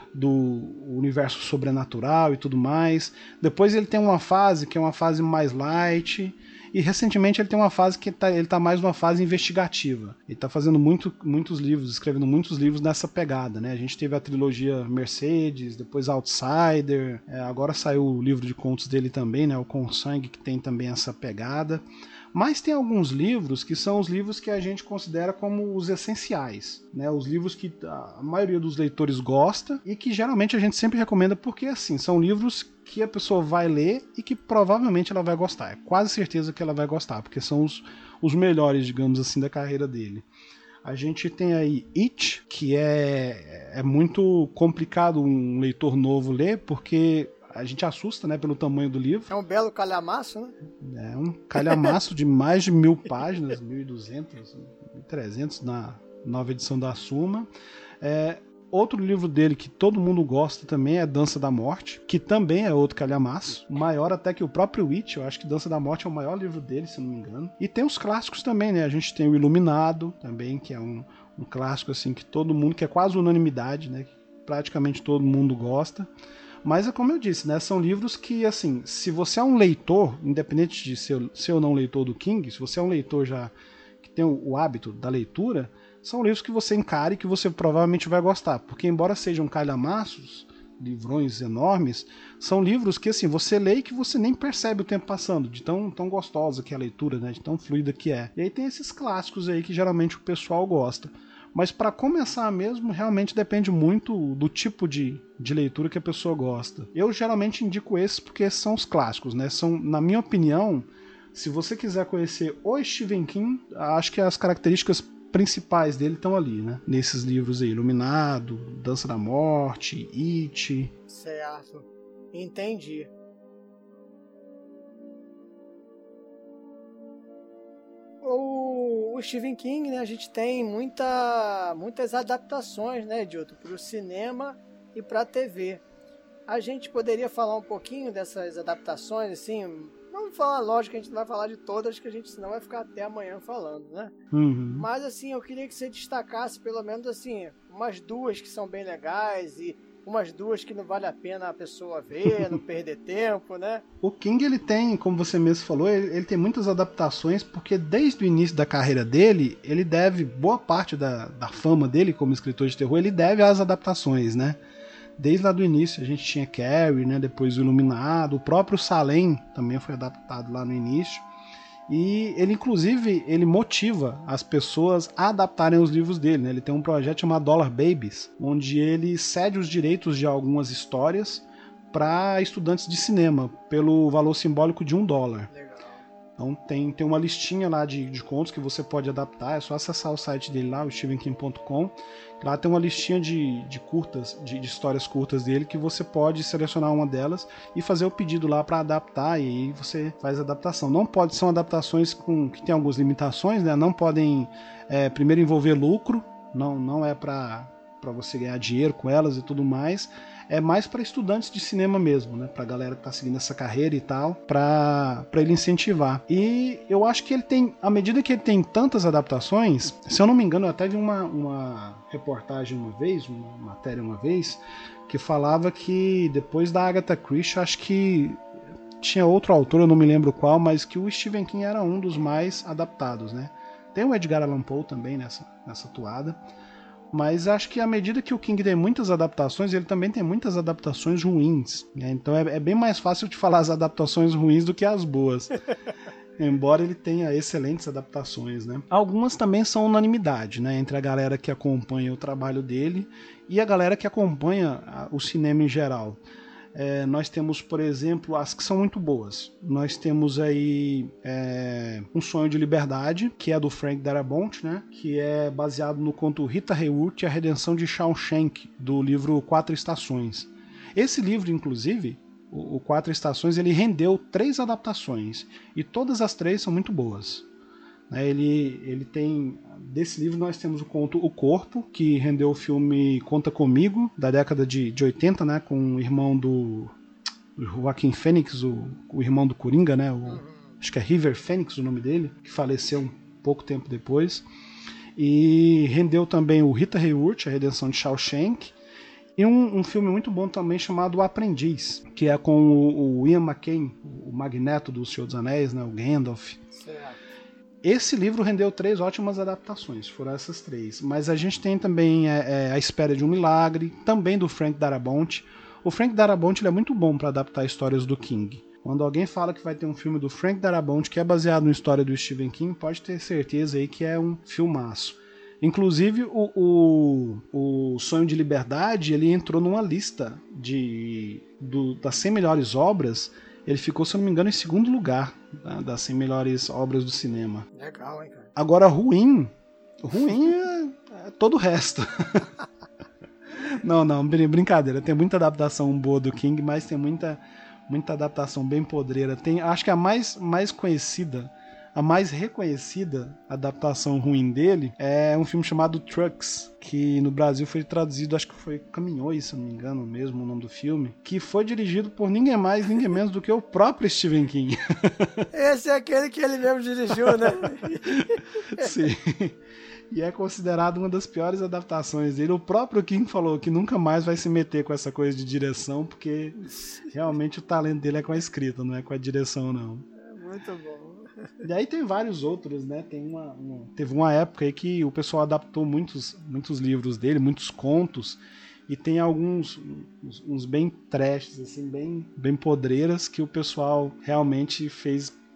universo sobrenatural e tudo mais. Depois ele tem uma fase que é uma fase mais light... E recentemente ele tem uma fase que ele tá mais numa fase investigativa. Ele tá fazendo muitos livros, escrevendo muitos livros nessa pegada, né? A gente teve a trilogia Mercedes, depois Outsider, agora saiu o livro de contos dele também, né? O Com Sangue, que tem também essa pegada. Mas tem alguns livros que são os livros que a gente considera como os essenciais, né? Os livros que a maioria dos leitores gosta e que geralmente a gente sempre recomenda porque, assim, são livros que a pessoa vai ler e que provavelmente ela vai gostar. É quase certeza que ela vai gostar, porque são os melhores, digamos assim, da carreira dele. A gente tem aí It, que é muito complicado um leitor novo ler, porque a gente assusta, né, pelo tamanho do livro.
É um belo calhamaço, né?
É um calhamaço de mais de 1000 páginas, 1.200, 1.300 na nova edição da Suma. Outro livro dele que todo mundo gosta também é Dança da Morte, que também é outro calhamaço, maior até que o próprio Witch. Eu acho que Dança da Morte é o maior livro dele, se não me engano. E tem os clássicos também, né? A gente tem o Iluminado também, que é um clássico assim que todo mundo, que é quase unanimidade, né? Que praticamente todo mundo gosta. Mas é como eu disse, né? São livros que, assim, se você é um leitor, independente de ser ou não leitor do King, se você é um leitor já que tem o hábito da leitura, são livros que você encare e que você provavelmente vai gostar. Porque embora sejam calhamaços, livrões enormes, são livros que, assim, você lê e que você nem percebe o tempo passando, de tão gostosa que é a leitura, né? De tão fluida que é. E aí tem esses clássicos aí que geralmente o pessoal gosta. Mas para começar mesmo, realmente depende muito do tipo de leitura que a pessoa gosta. Eu geralmente indico esses porque esses são os clássicos, né? São, na minha opinião, se você quiser conhecer o Stephen King, acho que as características principais dele estão ali, né? Nesses livros aí, Iluminado, Dança da Morte, It.
Certo, entendi. O Stephen King, né, a gente tem muitas adaptações, né, Edilton, para o cinema e para a TV. A gente poderia falar um pouquinho dessas adaptações, assim, vamos falar, lógico que a gente não vai falar de todas, que a gente senão vai ficar até amanhã falando, né?
Uhum.
Mas, assim, eu queria que você destacasse pelo menos, assim, umas duas que são bem legais e umas duas que não vale a pena a pessoa ver, não perder tempo, né?
O King, ele tem, como você mesmo falou, ele tem muitas adaptações, porque desde o início da carreira dele, ele deve, boa parte da fama dele como escritor de terror, ele deve às adaptações, né? Desde lá do início, a gente tinha Carrie, né? Depois o Iluminado, o próprio Salem também foi adaptado lá no início. E ele, inclusive, ele motiva as pessoas a adaptarem os livros dele, né? Ele tem um projeto chamado Dollar Babies, onde ele cede os direitos de algumas histórias para estudantes de cinema, pelo valor simbólico de $1.
Legal.
Então tem uma listinha lá de contos que você pode adaptar, é só acessar o site dele lá, o stevenking.com. Lá tem uma listinha de curtas, de histórias curtas dele, que você pode selecionar uma delas e fazer o pedido lá para adaptar, e aí você faz a adaptação. Não pode, são adaptações que tem algumas limitações, né? Não podem primeiro envolver lucro, não é para você ganhar dinheiro com elas e tudo mais. É mais para estudantes de cinema mesmo, né? Pra galera que tá seguindo essa carreira e tal, pra ele incentivar. E eu acho que ele tem, à medida que ele tem tantas adaptações, se eu não me engano, eu até vi uma reportagem uma vez, uma matéria uma vez, que falava que depois da Agatha Christie, acho que tinha outro autor, eu não me lembro qual, mas que o Stephen King era um dos mais adaptados, né? Tem o Edgar Allan Poe também nessa toada. Mas acho que à medida que o King tem muitas adaptações, ele também tem muitas adaptações ruins, né? Então é bem mais fácil de falar as adaptações ruins do que as boas. Embora ele tenha excelentes adaptações, né? Algumas também são unanimidade, né? Entre a galera que acompanha o trabalho dele e a galera que acompanha o cinema em geral. Nós temos, por exemplo, as que são muito boas. Nós temos aí Um Sonho de Liberdade, que é do Frank Darabont, né? Que é baseado no conto Rita Hayworth e a Redenção de Shawshank, do livro Quatro Estações. Esse livro, inclusive, o Quatro Estações, ele rendeu 3 adaptações, e todas as 3 são muito boas. Ele tem... Desse livro nós temos o conto O Corpo, que rendeu o filme Conta Comigo, da década de 80, né, com o irmão do Joaquin Phoenix, o irmão do Coringa, né, acho que é River Phoenix o nome dele, que faleceu um pouco tempo depois. E rendeu também o Rita Hayworth, A Redenção de Shawshank, e um filme muito bom também chamado O Aprendiz, que é com o Ian McKellen, o Magneto do Senhor dos Anéis, né, o Gandalf.
Certo.
Esse livro rendeu 3 ótimas adaptações, foram essas 3. Mas a gente tem também A Espera de um Milagre, também do Frank Darabont. O Frank Darabont ele é muito bom para adaptar histórias do King. Quando alguém fala que vai ter um filme do Frank Darabont que é baseado na história do Stephen King, pode ter certeza aí que é um filmaço. Inclusive, o Sonho de Liberdade, ele entrou numa lista das 100 melhores obras. Ele ficou, se eu não me engano, em 2º lugar, né, das 100 melhores obras do cinema.
Legal, hein, cara?
Agora, ruim é todo o resto. Não, brincadeira. Tem muita adaptação boa do King, mas tem muita adaptação bem podreira. Acho que a mais conhecida, a mais reconhecida adaptação ruim dele é um filme chamado Trucks, que no Brasil foi traduzido, acho que foi Caminhões, se não me engano mesmo o nome do filme, que foi dirigido por ninguém mais, ninguém menos do que o próprio Stephen King.
Esse é aquele que ele mesmo dirigiu, né?
Sim. E é considerado uma das piores adaptações dele. O próprio King falou que nunca mais vai se meter com essa coisa de direção, porque realmente o talento dele é com a escrita, não é com a direção, não.
É muito bom.
E aí tem vários outros, né? Teve uma época aí que o pessoal adaptou muitos livros dele, muitos contos, e tem alguns uns bem trashes, assim, bem podreiras, que o pessoal realmente fez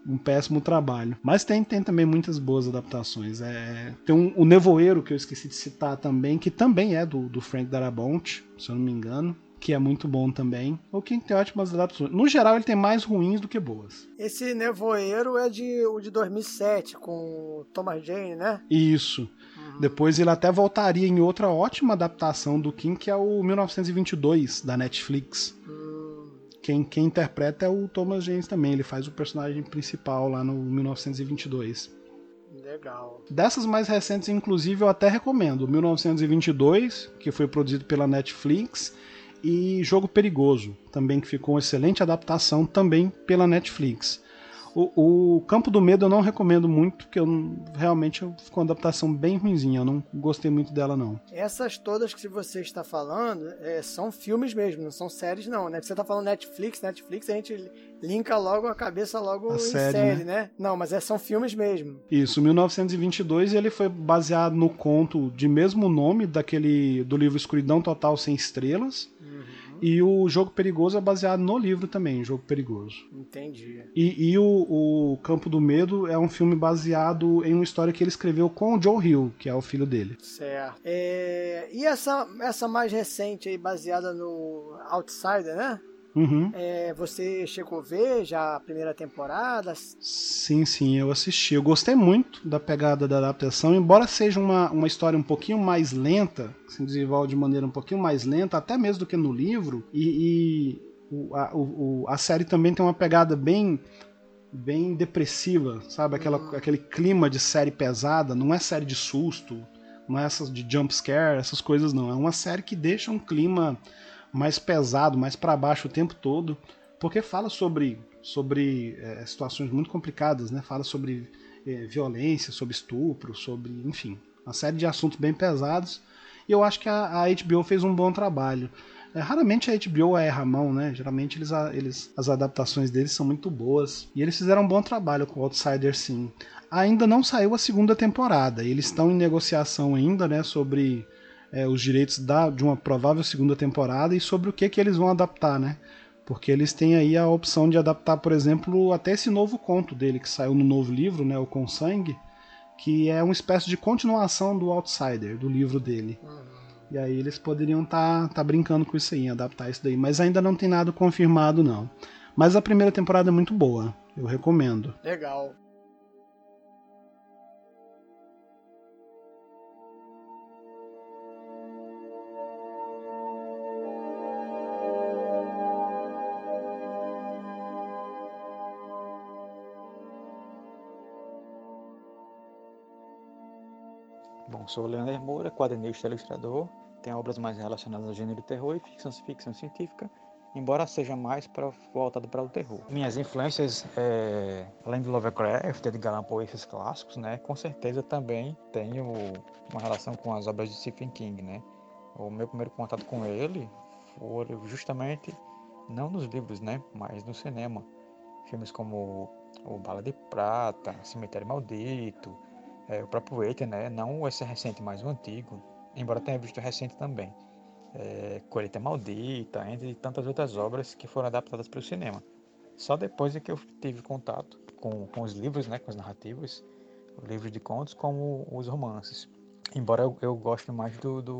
um péssimo trabalho. Mas tem também muitas boas adaptações. Tem o Nevoeiro, que eu esqueci de citar também, que também é do Frank Darabont, se eu não me engano, que é muito bom também. O King tem ótimas adaptações. No geral, ele tem mais ruins do que boas.
Esse Nevoeiro é o de 2007, com o Thomas Jane, né?
Isso. Depois ele até voltaria em outra ótima adaptação do King, que é o 1922, da Netflix. Quem interpreta é o Thomas Jane também. Ele faz o personagem principal lá no 1922.
Legal.
Dessas mais recentes, inclusive, eu até recomendo. O 1922, que foi produzido pela Netflix, e Jogo Perigoso, também, que ficou uma excelente adaptação também pela Netflix. O Campo do Medo eu não recomendo muito, porque realmente ficou uma adaptação bem ruinzinha, eu não gostei muito dela, não.
Essas todas que você está falando são filmes mesmo, não são séries não, né? Você está falando Netflix a gente linka logo a cabeça logo em série, né? Não, mas são filmes mesmo.
Isso, 1922 ele foi baseado no conto de mesmo nome, do livro Escuridão Total Sem Estrelas. E o Jogo Perigoso é baseado no livro também, Jogo Perigoso.
Entendi.
E o Campo do Medo é um filme baseado em uma história que ele escreveu com o Joe Hill, que é o filho dele.
Certo. E essa mais recente aí, baseada no Outsider, né? Você chegou a ver já a primeira temporada?
Sim, eu assisti. Eu gostei muito da pegada da adaptação, embora seja uma história um pouquinho mais lenta, se desenvolve de maneira um pouquinho mais lenta, até mesmo do que no livro, a série também tem uma pegada bem depressiva, sabe? Aquele clima de série pesada, não é série de susto, não é essas de jump scare, essas coisas não. É uma série que deixa um clima mais pesado, mais para baixo o tempo todo, porque fala sobre situações muito complicadas, né? Fala sobre violência, sobre estupro, enfim, uma série de assuntos bem pesados, e eu acho que a HBO fez um bom trabalho. Raramente a HBO erra a mão, né? Geralmente as adaptações deles são muito boas, e eles fizeram um bom trabalho com o Outsider, sim. Ainda não saiu a segunda temporada, eles estão em negociação ainda, né, sobre os direitos de uma provável segunda temporada e sobre o que eles vão adaptar, né? Porque eles têm aí a opção de adaptar, por exemplo, até esse novo conto dele que saiu no novo livro, né, o Com Sangue, que é uma espécie de continuação do Outsider, do livro dele. E aí eles poderiam tá brincando com isso aí, adaptar isso daí, mas ainda não tem nada confirmado, não. Mas a primeira temporada é muito boa, eu recomendo.
Legal.
Bom, sou o Leandro Moura, quadrinista e ilustrador. Tenho obras mais relacionadas ao gênero terror e ficção científica, embora seja mais voltado para o terror. Minhas influências, além do Lovecraft, Edgar Allan Poe, esses clássicos, né, com certeza também tenho uma relação com as obras de Stephen King, né. O meu primeiro contato com ele foi justamente, não nos livros, né, mas no cinema. Filmes como O Bala de Prata, Cemitério Maldito, o próprio It, né, não esse recente, mas o antigo, embora tenha visto recente também. Colheita Maldita, entre tantas outras obras que foram adaptadas para o cinema. Só depois é que eu tive contato com os livros, né, com as narrativas, os livros de contos, como os romances. Embora eu goste mais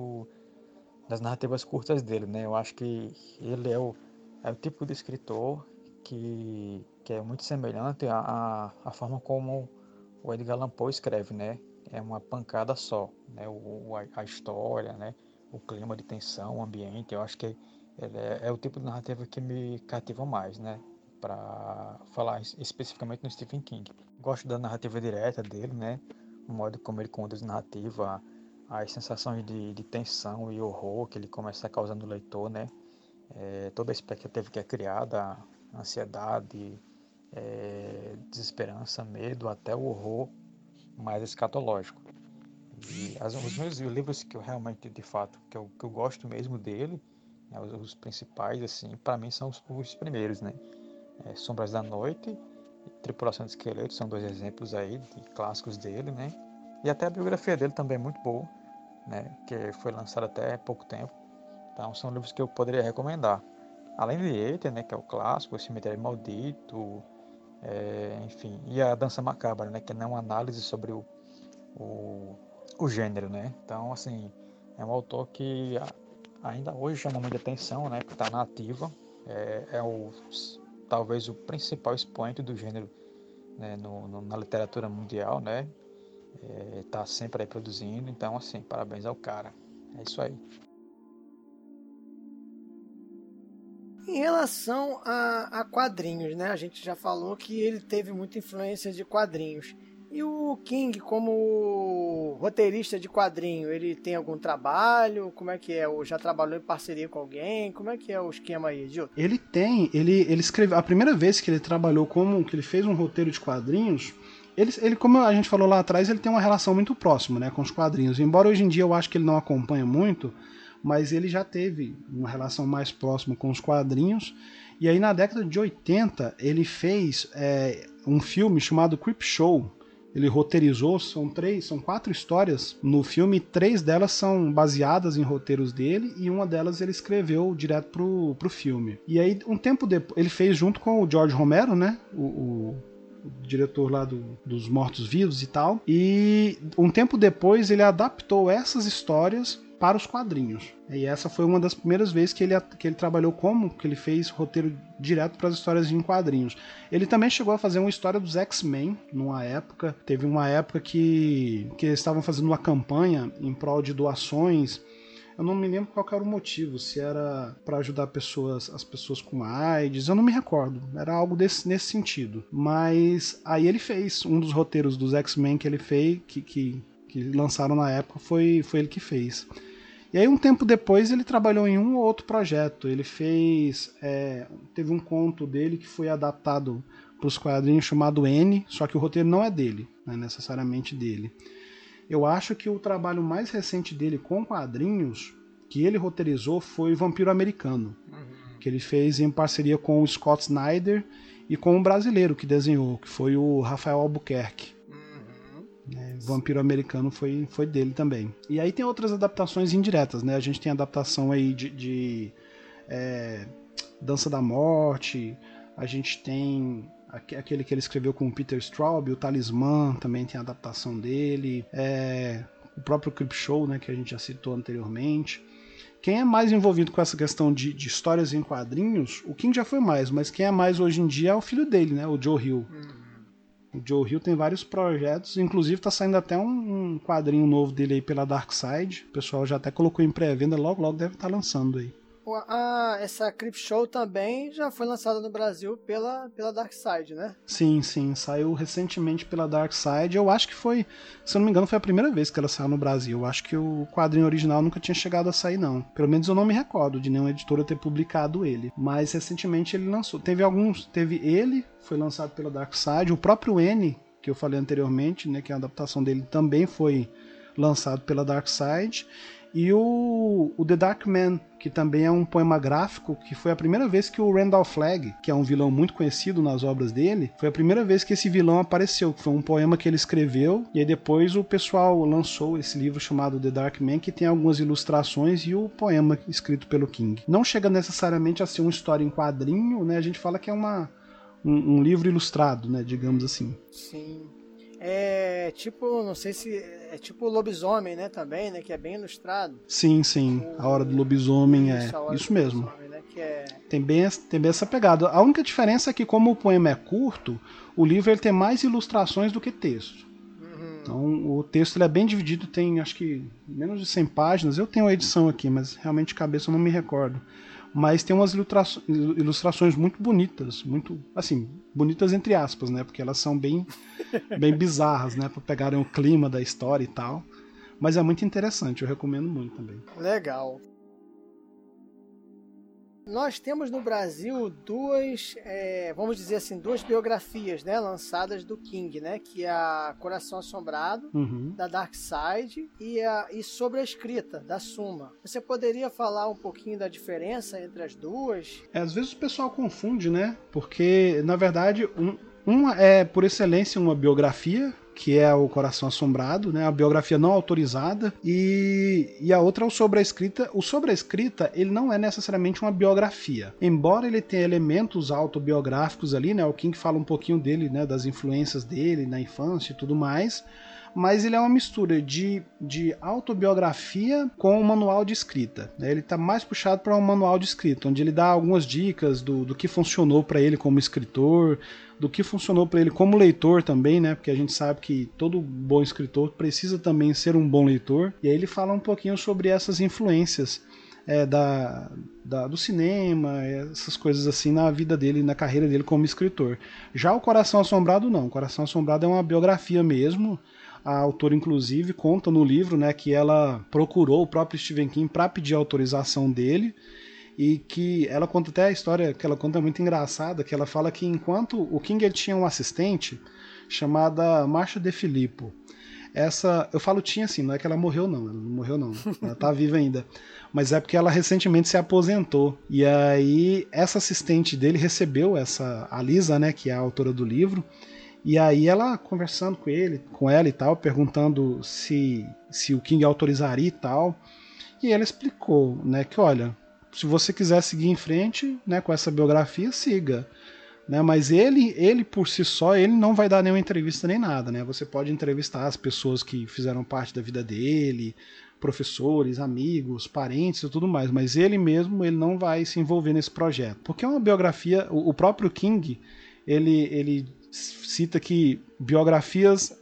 das narrativas curtas dele, né, eu acho que ele é o tipo de escritor que é muito semelhante à forma como o Edgar Allan Poe escreve, né, é uma pancada só, né, a história, né, o clima de tensão, o ambiente. Eu acho que ele é o tipo de narrativa que me cativa mais, né, para falar especificamente no Stephen King. Gosto da narrativa direta dele, né, o modo como ele conduz a narrativa, as sensações de tensão e horror que ele começa a causar no leitor, né, toda a expectativa que é criada, a ansiedade, desesperança, medo, até o horror mais escatológico. E os meus livros que eu realmente, de fato, que eu gosto mesmo dele, né, os principais, assim, para mim são os primeiros, né? Sombras da Noite e Tripulação de Esqueletos são 2 exemplos aí de clássicos dele, né? E até a biografia dele também é muito boa, né? Que foi lançada até há pouco tempo. Então são livros que eu poderia recomendar. Além de It, né, que é o clássico, O Cemitério Maldito, enfim, e a Dança Macabra, né, que não é uma análise sobre o gênero, né? Então, assim, é um autor que ainda hoje chama muita atenção, né, porque está na ativa, talvez o principal expoente do gênero, né, na literatura mundial, né? Tá sempre aí produzindo, então, assim, parabéns ao cara. É isso aí.
Em relação a quadrinhos, né? A gente já falou que ele teve muita influência de quadrinhos. E o King, como roteirista de quadrinho, ele tem algum trabalho? Como é que é? Ou já trabalhou em parceria com alguém? Como é que é o esquema aí, Gil?
Ele escreveu, a primeira vez que ele trabalhou que ele fez um roteiro de quadrinhos, ele, como a gente falou lá atrás, ele tem uma relação muito próxima, né, com os quadrinhos. Embora hoje em dia eu acho que ele não acompanha muito, mas ele já teve uma relação mais próxima com os quadrinhos. E aí na década de 80 ele fez um filme chamado Creepshow. Ele roteirizou, são 4 histórias no filme, 3 delas são baseadas em roteiros dele e uma delas ele escreveu direto pro filme. E aí, um tempo depois, ele fez junto com o George Romero, né, o diretor lá dos Mortos-Vivos e tal, e um tempo depois ele adaptou essas histórias para os quadrinhos. E essa foi uma das primeiras vezes que ele trabalhou que ele fez roteiro direto para as histórias em quadrinhos. Ele também chegou a fazer uma história dos X-Men teve uma época que eles estavam fazendo uma campanha em prol de doações. Eu não me lembro qual era o motivo, se era para ajudar as pessoas com AIDS, eu não me recordo, era algo nesse sentido. Mas aí ele fez um dos roteiros dos X-Men que ele fez, que lançaram na época, foi ele que fez. E aí um tempo depois ele trabalhou em um ou outro projeto. Ele teve um conto dele que foi adaptado para os quadrinhos chamado N, só que o roteiro não é dele, não é necessariamente dele. Eu acho que o trabalho mais recente dele com quadrinhos, que ele roteirizou, foi Vampiro Americano, que ele fez em parceria com o Scott Snyder e com um brasileiro que desenhou, que foi o Rafael Albuquerque. Vampiro Americano foi dele também. E aí tem outras adaptações indiretas, né? A gente tem a adaptação aí de Dança da Morte, a gente tem aquele que ele escreveu com o Peter Straub, o Talismã, também tem a adaptação dele, o próprio Creepshow, né, que a gente já citou anteriormente. Quem é mais envolvido com essa questão de histórias em quadrinhos, o King já foi mais, mas quem é mais hoje em dia é o filho dele, né, o Joe Hill. O Joe Hill tem vários projetos, inclusive tá saindo até um quadrinho novo dele aí pela Dark Side. O pessoal já até colocou em pré-venda, logo deve estar lançando aí.
Essa Creepshow também já foi lançada no Brasil pela Dark Side, né?
Sim, saiu recentemente pela Dark Side. Eu acho que foi, se eu não me engano, foi a primeira vez que ela saiu no Brasil. Eu acho que o quadrinho original nunca tinha chegado a sair, não. Pelo menos eu não me recordo de nenhuma editora ter publicado ele. Mas recentemente ele lançou. Teve ele, foi lançado pela Dark Side. O próprio N, que eu falei anteriormente, né, que a adaptação dele também foi lançado pela Dark Side. E o The Dark Man, que também é um poema gráfico, que foi a primeira vez que o Randall Flagg, que é um vilão muito conhecido nas obras dele, foi a primeira vez que esse vilão apareceu, que foi um poema que ele escreveu, e aí depois o pessoal lançou esse livro chamado The Dark Man, que tem algumas ilustrações e o poema escrito pelo King. Não chega necessariamente a ser uma história em quadrinho, né? A gente fala que é um livro ilustrado, né? Digamos assim.
Sim. É tipo, não sei se é tipo o Lobisomem, né, também, né, que é bem ilustrado.
Sim, A Hora do Lobisomem, isso mesmo.
Né,
tem bem essa pegada. A única diferença é que, como o poema é curto, o livro ele tem mais ilustrações do que texto. Então o texto ele é bem dividido, tem acho que menos de 100 páginas. Eu tenho a edição aqui, mas realmente de cabeça eu não me recordo. Mas tem umas ilustrações muito bonitas, muito, assim, bonitas entre aspas, né? Porque elas são bem bizarras, né? Para pegarem o clima da história e tal. Mas é muito interessante, eu recomendo muito também.
Legal. Nós temos no Brasil duas biografias, né, lançadas do King, né, que é a Coração Assombrado, da Dark Side, e Sobre a Escrita, da Suma. Você poderia falar um pouquinho da diferença entre as duas?
Às vezes o pessoal confunde, né, porque, na verdade, uma é, por excelência, uma biografia, que é O Coração Assombrado, né? A biografia não autorizada, e a outra é o Sobre a Escrita. O Sobre a Escrita, ele não é necessariamente uma biografia, embora ele tenha elementos autobiográficos ali, né? O King fala um pouquinho dele, né? Das influências dele na infância e tudo mais, mas ele é uma mistura de autobiografia com um manual de escrita. Ele está mais puxado para um manual de escrita, onde ele dá algumas dicas do que funcionou para ele como escritor, do que funcionou para ele como leitor também, né? Porque a gente sabe que todo bom escritor precisa também ser um bom leitor. E aí ele fala um pouquinho sobre essas influências do cinema, essas coisas assim na vida dele, na carreira dele como escritor. Já O Coração Assombrado não. O Coração Assombrado é uma biografia mesmo. A autora, inclusive, conta no livro, né, que ela procurou o próprio Stephen King para pedir autorização dele, e que ela conta até a história que ela conta muito engraçada, que ela fala que enquanto o King ele tinha uma assistente chamada Marcia De Filippo. Essa, eu falo tinha assim, não é que ela morreu não, ela tá viva ainda, mas é porque ela recentemente se aposentou, e aí essa assistente dele recebeu a Lisa, né, que é a autora do livro. E aí ela conversando com ela e tal, perguntando se o King autorizaria e tal. E ela explicou, né, que olha, se você quiser seguir em frente, né, com essa biografia, siga. Né, mas ele por si só, ele não vai dar nenhuma entrevista nem nada. Né? Você pode entrevistar as pessoas que fizeram parte da vida dele, professores, amigos, parentes e tudo mais. Mas ele mesmo, ele não vai se envolver nesse projeto. Porque é uma biografia, o próprio King, ele cita que biografias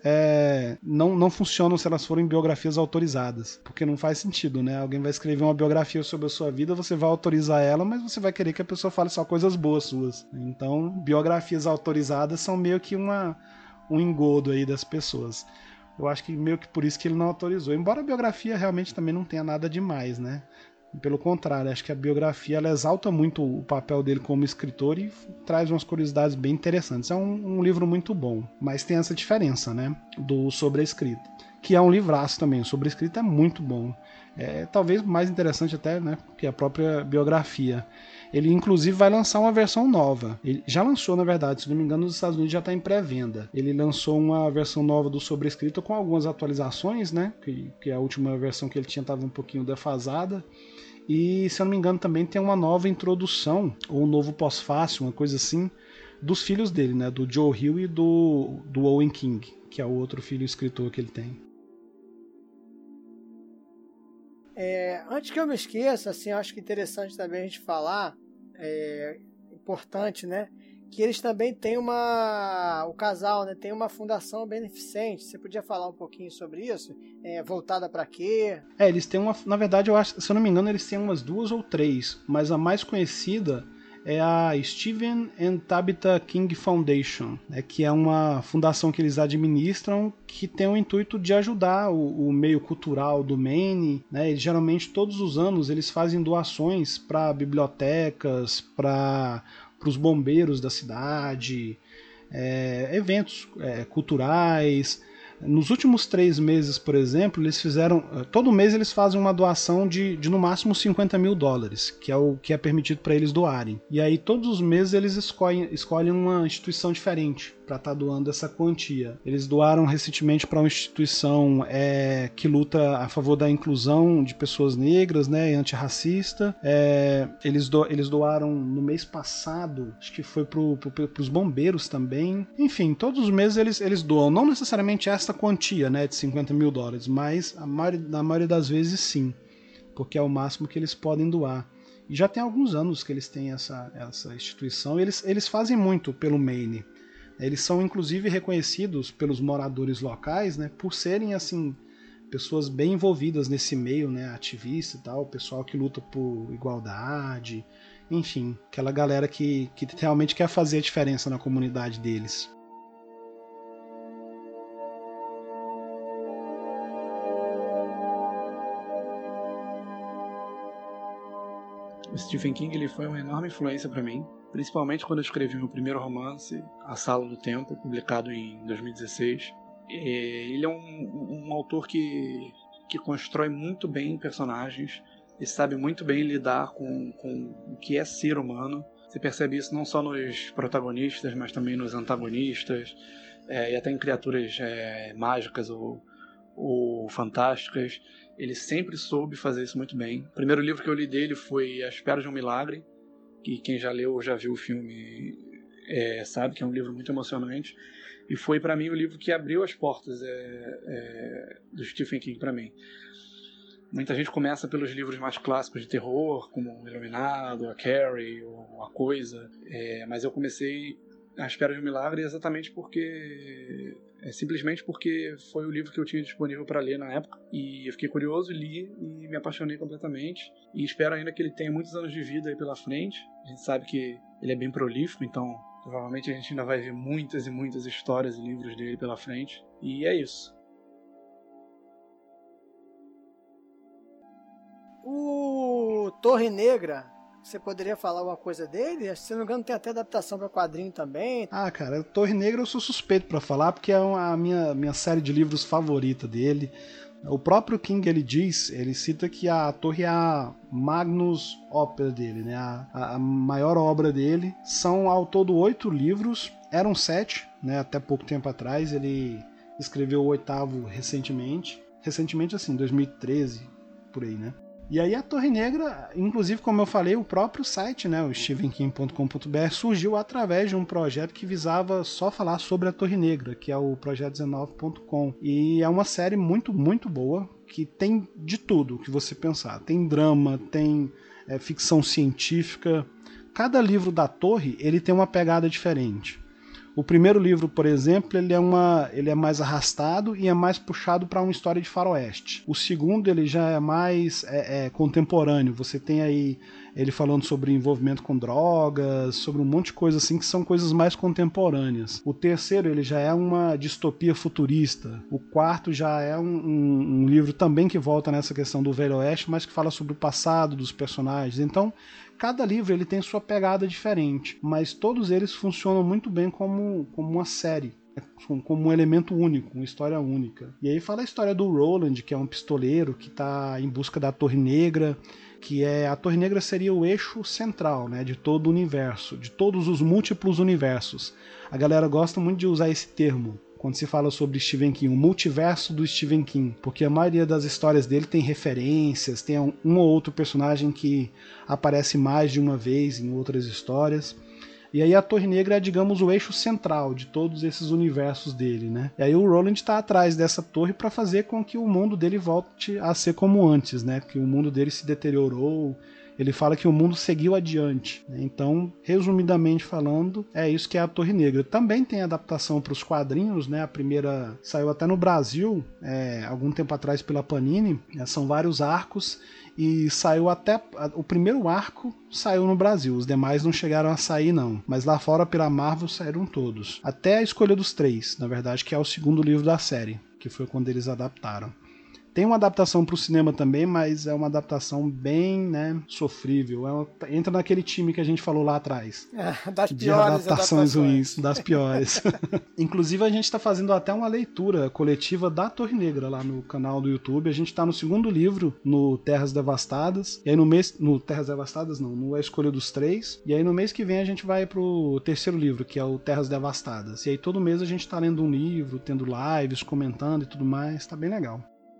não funcionam se elas forem biografias autorizadas, porque não faz sentido, né? Alguém vai escrever uma biografia sobre a sua vida, você vai autorizar ela, mas você vai querer que a pessoa fale só coisas boas suas. Então, biografias autorizadas são meio que um engodo aí das pessoas. Eu acho que meio que por isso que ele não autorizou, embora a biografia realmente também não tenha nada demais, né? Pelo contrário, acho que a biografia ela exalta muito o papel dele como escritor e traz umas curiosidades bem interessantes. É um livro muito bom, mas tem essa diferença, né, do Sobre a Escrita, que é um livraço também. O Sobre a Escrita é muito bom. É talvez mais interessante até, né, que a própria biografia. Ele inclusive vai lançar uma versão nova. Ele já lançou, na verdade, se não me engano, nos Estados Unidos já está em pré-venda. Ele lançou uma versão nova do Sobre a Escrita com algumas atualizações, né, que a última versão que ele tinha estava um pouquinho defasada. E, se eu não me engano, também tem uma nova introdução, ou um novo pós-fácil, uma coisa assim, dos filhos dele, né? Do Joe Hill e do Owen King, que é o outro filho escritor que ele tem.
Antes que eu me esqueça, assim, eu acho que é interessante também a gente falar, importante, né? Que eles também têm o casal, né, tem uma fundação beneficente. Você podia falar um pouquinho sobre isso? Voltada para quê?
Eles têm na verdade, eu acho, se eu não me engano, eles têm umas 2 ou 3, mas a mais conhecida é a Stephen and Tabitha King Foundation, né, que é uma fundação que eles administram, que tem o intuito de ajudar o meio cultural do Maine, né. E, geralmente, todos os anos, eles fazem doações para bibliotecas, para os bombeiros da cidade, eventos culturais. Nos últimos 3 meses, por exemplo, eles fizeram... Todo mês eles fazem uma doação de no máximo $50.000, que é o que é permitido para eles doarem. E aí todos os meses eles escolhem uma instituição diferente para estar doando essa quantia. Eles doaram recentemente para uma instituição que luta a favor da inclusão de pessoas negras, né, e antirracista. Eles doaram no mês passado, acho que foi para os bombeiros também. Enfim, todos os meses eles doam, não necessariamente essa quantia, né, de $50.000, mas na maioria das vezes sim, porque é o máximo que eles podem doar. E já tem alguns anos que eles têm essa instituição. Eles fazem muito pelo Maine. Eles são inclusive reconhecidos pelos moradores locais, né, por serem assim pessoas bem envolvidas nesse meio, né, ativista e tal, pessoal que luta por igualdade, enfim, aquela galera que realmente quer fazer a diferença na comunidade deles.
O Stephen King ele foi uma enorme influência para mim, principalmente quando eu escrevi meu primeiro romance, A Sala do Tempo, publicado em 2016. Ele é um autor que constrói muito bem personagens e sabe muito bem lidar com o que é ser humano. Você percebe isso não só nos protagonistas, mas também nos antagonistas. e até em criaturas mágicas ou fantásticas. Ele sempre soube fazer isso muito bem. O primeiro livro que eu li dele foi A Espera de um Milagre, que quem já leu ou já viu o filme sabe que é um livro muito emocionante. E foi, para mim, o livro que abriu as portas do Stephen King para mim. Muita gente começa pelos livros mais clássicos de terror, como O Iluminado, A Carrie, ou A Coisa. Mas eu comecei A Espera de um Milagre exatamente simplesmente porque foi o livro que eu tinha disponível para ler na época. E eu fiquei curioso, li e me apaixonei completamente. E espero ainda que ele tenha muitos anos de vida aí pela frente. A gente sabe que ele é bem prolífico, então provavelmente a gente ainda vai ver muitas e muitas histórias e livros dele pela frente. E é isso.
O Torre Negra, você poderia falar alguma coisa dele? Se não me engano, tem até adaptação para quadrinho também.
Cara, Torre Negra eu sou suspeito para falar, porque é a minha série de livros favorita dele. O próprio King, ele cita que a Torre é a magnus opera dele, né? A maior obra dele. São ao todo 8 livros, eram 7, né? Até pouco tempo atrás. Ele escreveu o 8º recentemente, assim, 2013, por aí, né? E aí a Torre Negra, inclusive, como eu falei, o próprio site, né, o stevenking.com.br, surgiu através de um projeto que visava só falar sobre a Torre Negra, que é o projeto19.com. E é uma série muito, muito boa, que tem de tudo que você pensar. Tem drama, tem ficção científica. Cada livro da Torre, ele tem uma pegada diferente. O primeiro livro, por exemplo, ele é mais arrastado e é mais puxado para uma história de faroeste. O segundo, ele já é mais contemporâneo. Você tem aí ele falando sobre envolvimento com drogas, sobre um monte de coisa assim, que são coisas mais contemporâneas. O terceiro, ele já é uma distopia futurista. O quarto já é um livro também que volta nessa questão do Velho Oeste, mas que fala sobre o passado dos personagens. Então, cada livro ele tem sua pegada diferente, mas todos eles funcionam muito bem como uma série, como um elemento único, uma história única. E aí fala a história do Roland, que é um pistoleiro que está em busca da Torre Negra, que a Torre Negra seria o eixo central, né, de todo o universo, de todos os múltiplos universos. A galera gosta muito de usar esse termo quando se fala sobre Stephen King, o multiverso do Stephen King, porque a maioria das histórias dele tem referências, tem um ou outro personagem que aparece mais de uma vez em outras histórias. E aí a Torre Negra é, digamos, o eixo central de todos esses universos dele, né? E aí o Roland está atrás dessa torre para fazer com que o mundo dele volte a ser como antes, né? Que o mundo dele se deteriorou. Ele fala que o mundo seguiu adiante. Então, resumidamente falando, é isso que é a Torre Negra. Também tem adaptação para os quadrinhos, né? A primeira saiu até no Brasil, algum tempo atrás pela Panini. São vários arcos e saiu até... O primeiro arco saiu no Brasil, os demais não chegaram a sair não. Mas lá fora, pela Marvel, saíram todos. Até a Escolha dos Três, na verdade, que é o segundo livro da série, que foi quando eles adaptaram. Tem uma adaptação para o cinema também, mas é uma adaptação bem, né, sofrível. Entra naquele time que a gente falou lá atrás.
Das
de
piores
adaptações ruins, das piores. Inclusive, a gente está fazendo até uma leitura coletiva da Torre Negra lá no canal do YouTube. A gente está no segundo livro, no Terras Devastadas. E aí no Terras Devastadas não, no A Escolha dos Três. E aí no mês que vem a gente vai pro terceiro livro, que é o Terras Devastadas. E aí todo mês a gente está lendo um livro, tendo lives, comentando e tudo mais. Tá bem legal.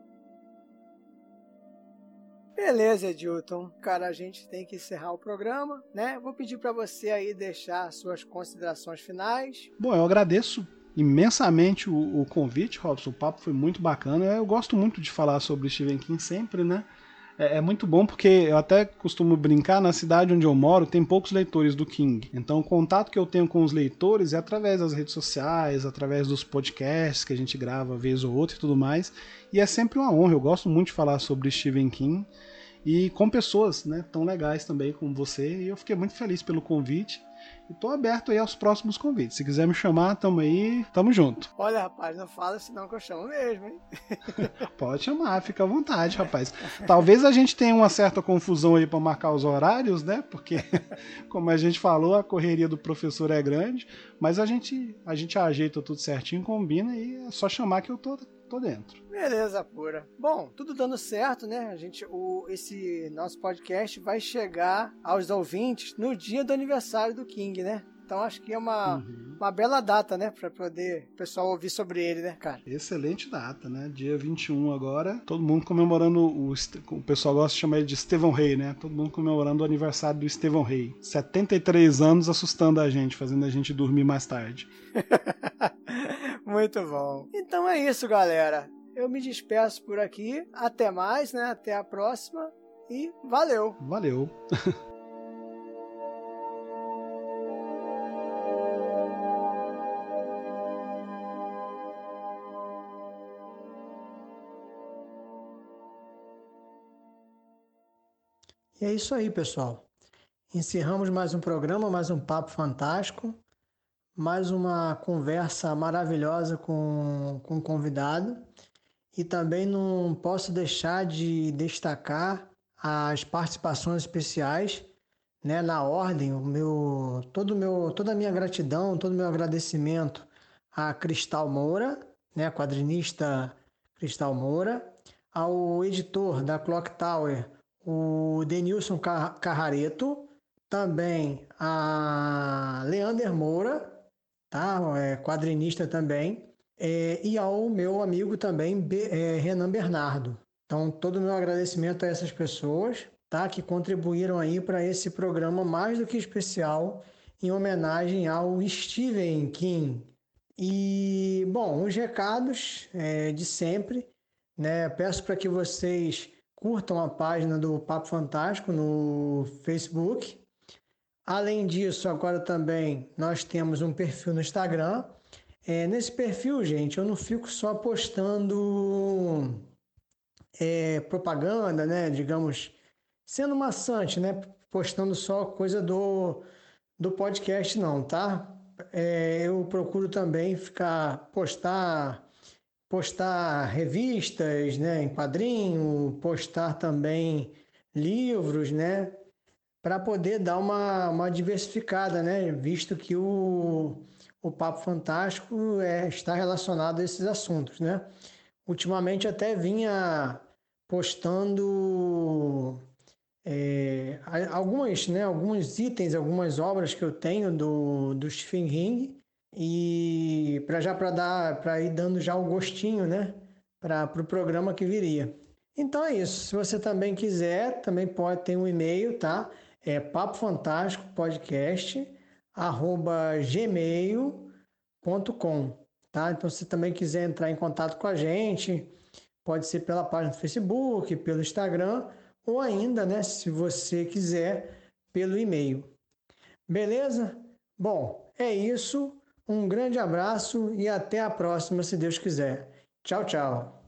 Beleza, Edilton. Cara, a gente tem que encerrar o programa, né? Vou pedir para você aí deixar suas considerações finais.
Bom, eu agradeço imensamente o convite, Robson. O papo foi muito bacana. Eu gosto muito de falar sobre Stephen King sempre, né? É muito bom porque eu até costumo brincar, na cidade onde eu moro tem poucos leitores do King. Então o contato que eu tenho com os leitores é através das redes sociais, através dos podcasts que a gente grava vez ou outra e tudo mais. E é sempre uma honra, eu gosto muito de falar sobre Stephen King e com pessoas, né, tão legais também como você. E eu fiquei muito feliz pelo convite. E tô aberto aí aos próximos convites. Se quiser me chamar, tamo aí, tamo junto.
Olha, rapaz, não fala senão que eu chamo mesmo, hein?
Pode chamar, fica à vontade, rapaz. Talvez a gente tenha uma certa confusão aí para marcar os horários, né? Porque, como a gente falou, a correria do professor é grande, mas a gente ajeita tudo certinho, combina e é só chamar que eu tô dentro.
Beleza, pura. Bom, tudo dando certo, né? Esse nosso podcast vai chegar aos ouvintes no dia do aniversário do King, né? Então acho que é uma bela data, né? Pra poder o pessoal ouvir sobre ele, né, cara?
Excelente data, né? Dia 21 agora. Todo mundo comemorando o pessoal gosta de chamar ele de Estevão Rey, né? Todo mundo comemorando o aniversário do Estevão Rey. 73 anos assustando a gente, fazendo a gente dormir mais tarde.
Muito bom. Então é isso, galera. Eu me despeço por aqui. Até mais, né? Até a próxima. E valeu.
Valeu.
E é isso aí, pessoal. Encerramos mais um programa, mais um papo fantástico, mais uma conversa maravilhosa com um convidado. E também não posso deixar de destacar as participações especiais, né, na ordem, toda a minha gratidão, todo o meu agradecimento a Cristal Moura, né, a quadrinista Cristal Moura, ao editor da Clock Tower, o Denilson Carrareto, também a Leander Moura, tá, quadrinista também, e ao meu amigo também, Renan Bernardo. Então, todo o meu agradecimento a essas pessoas, tá, que contribuíram aí para esse programa mais do que especial em homenagem ao Stephen King. E, bom, os recados de sempre, né? Peço para que vocês curtam a página do Papo Fantástico no Facebook. Além disso, agora também nós temos um perfil no Instagram. Nesse perfil, gente, eu não fico só postando propaganda, né? Digamos, sendo maçante, né? Postando só coisa do podcast, não, tá? Eu procuro também postar revistas, né, em quadrinho, postar também livros, né, para poder dar uma diversificada, né, visto que o Papo Fantástico está relacionado a esses assuntos, né. Ultimamente até vinha postando alguns itens, algumas obras que eu tenho do Stephen King, e para ir dando já o gostinho, né, para o programa que viria. Então é isso. Se você também quiser, também pode ter um e-mail, tá? É papofantástico.podcast@gmail.com, tá? Então se também quiser entrar em contato com a gente, pode ser pela página do Facebook, pelo Instagram, ou ainda, né, se você quiser, pelo e-mail. Beleza? Bom, é isso. Um grande abraço e até a próxima, se Deus quiser. Tchau, tchau.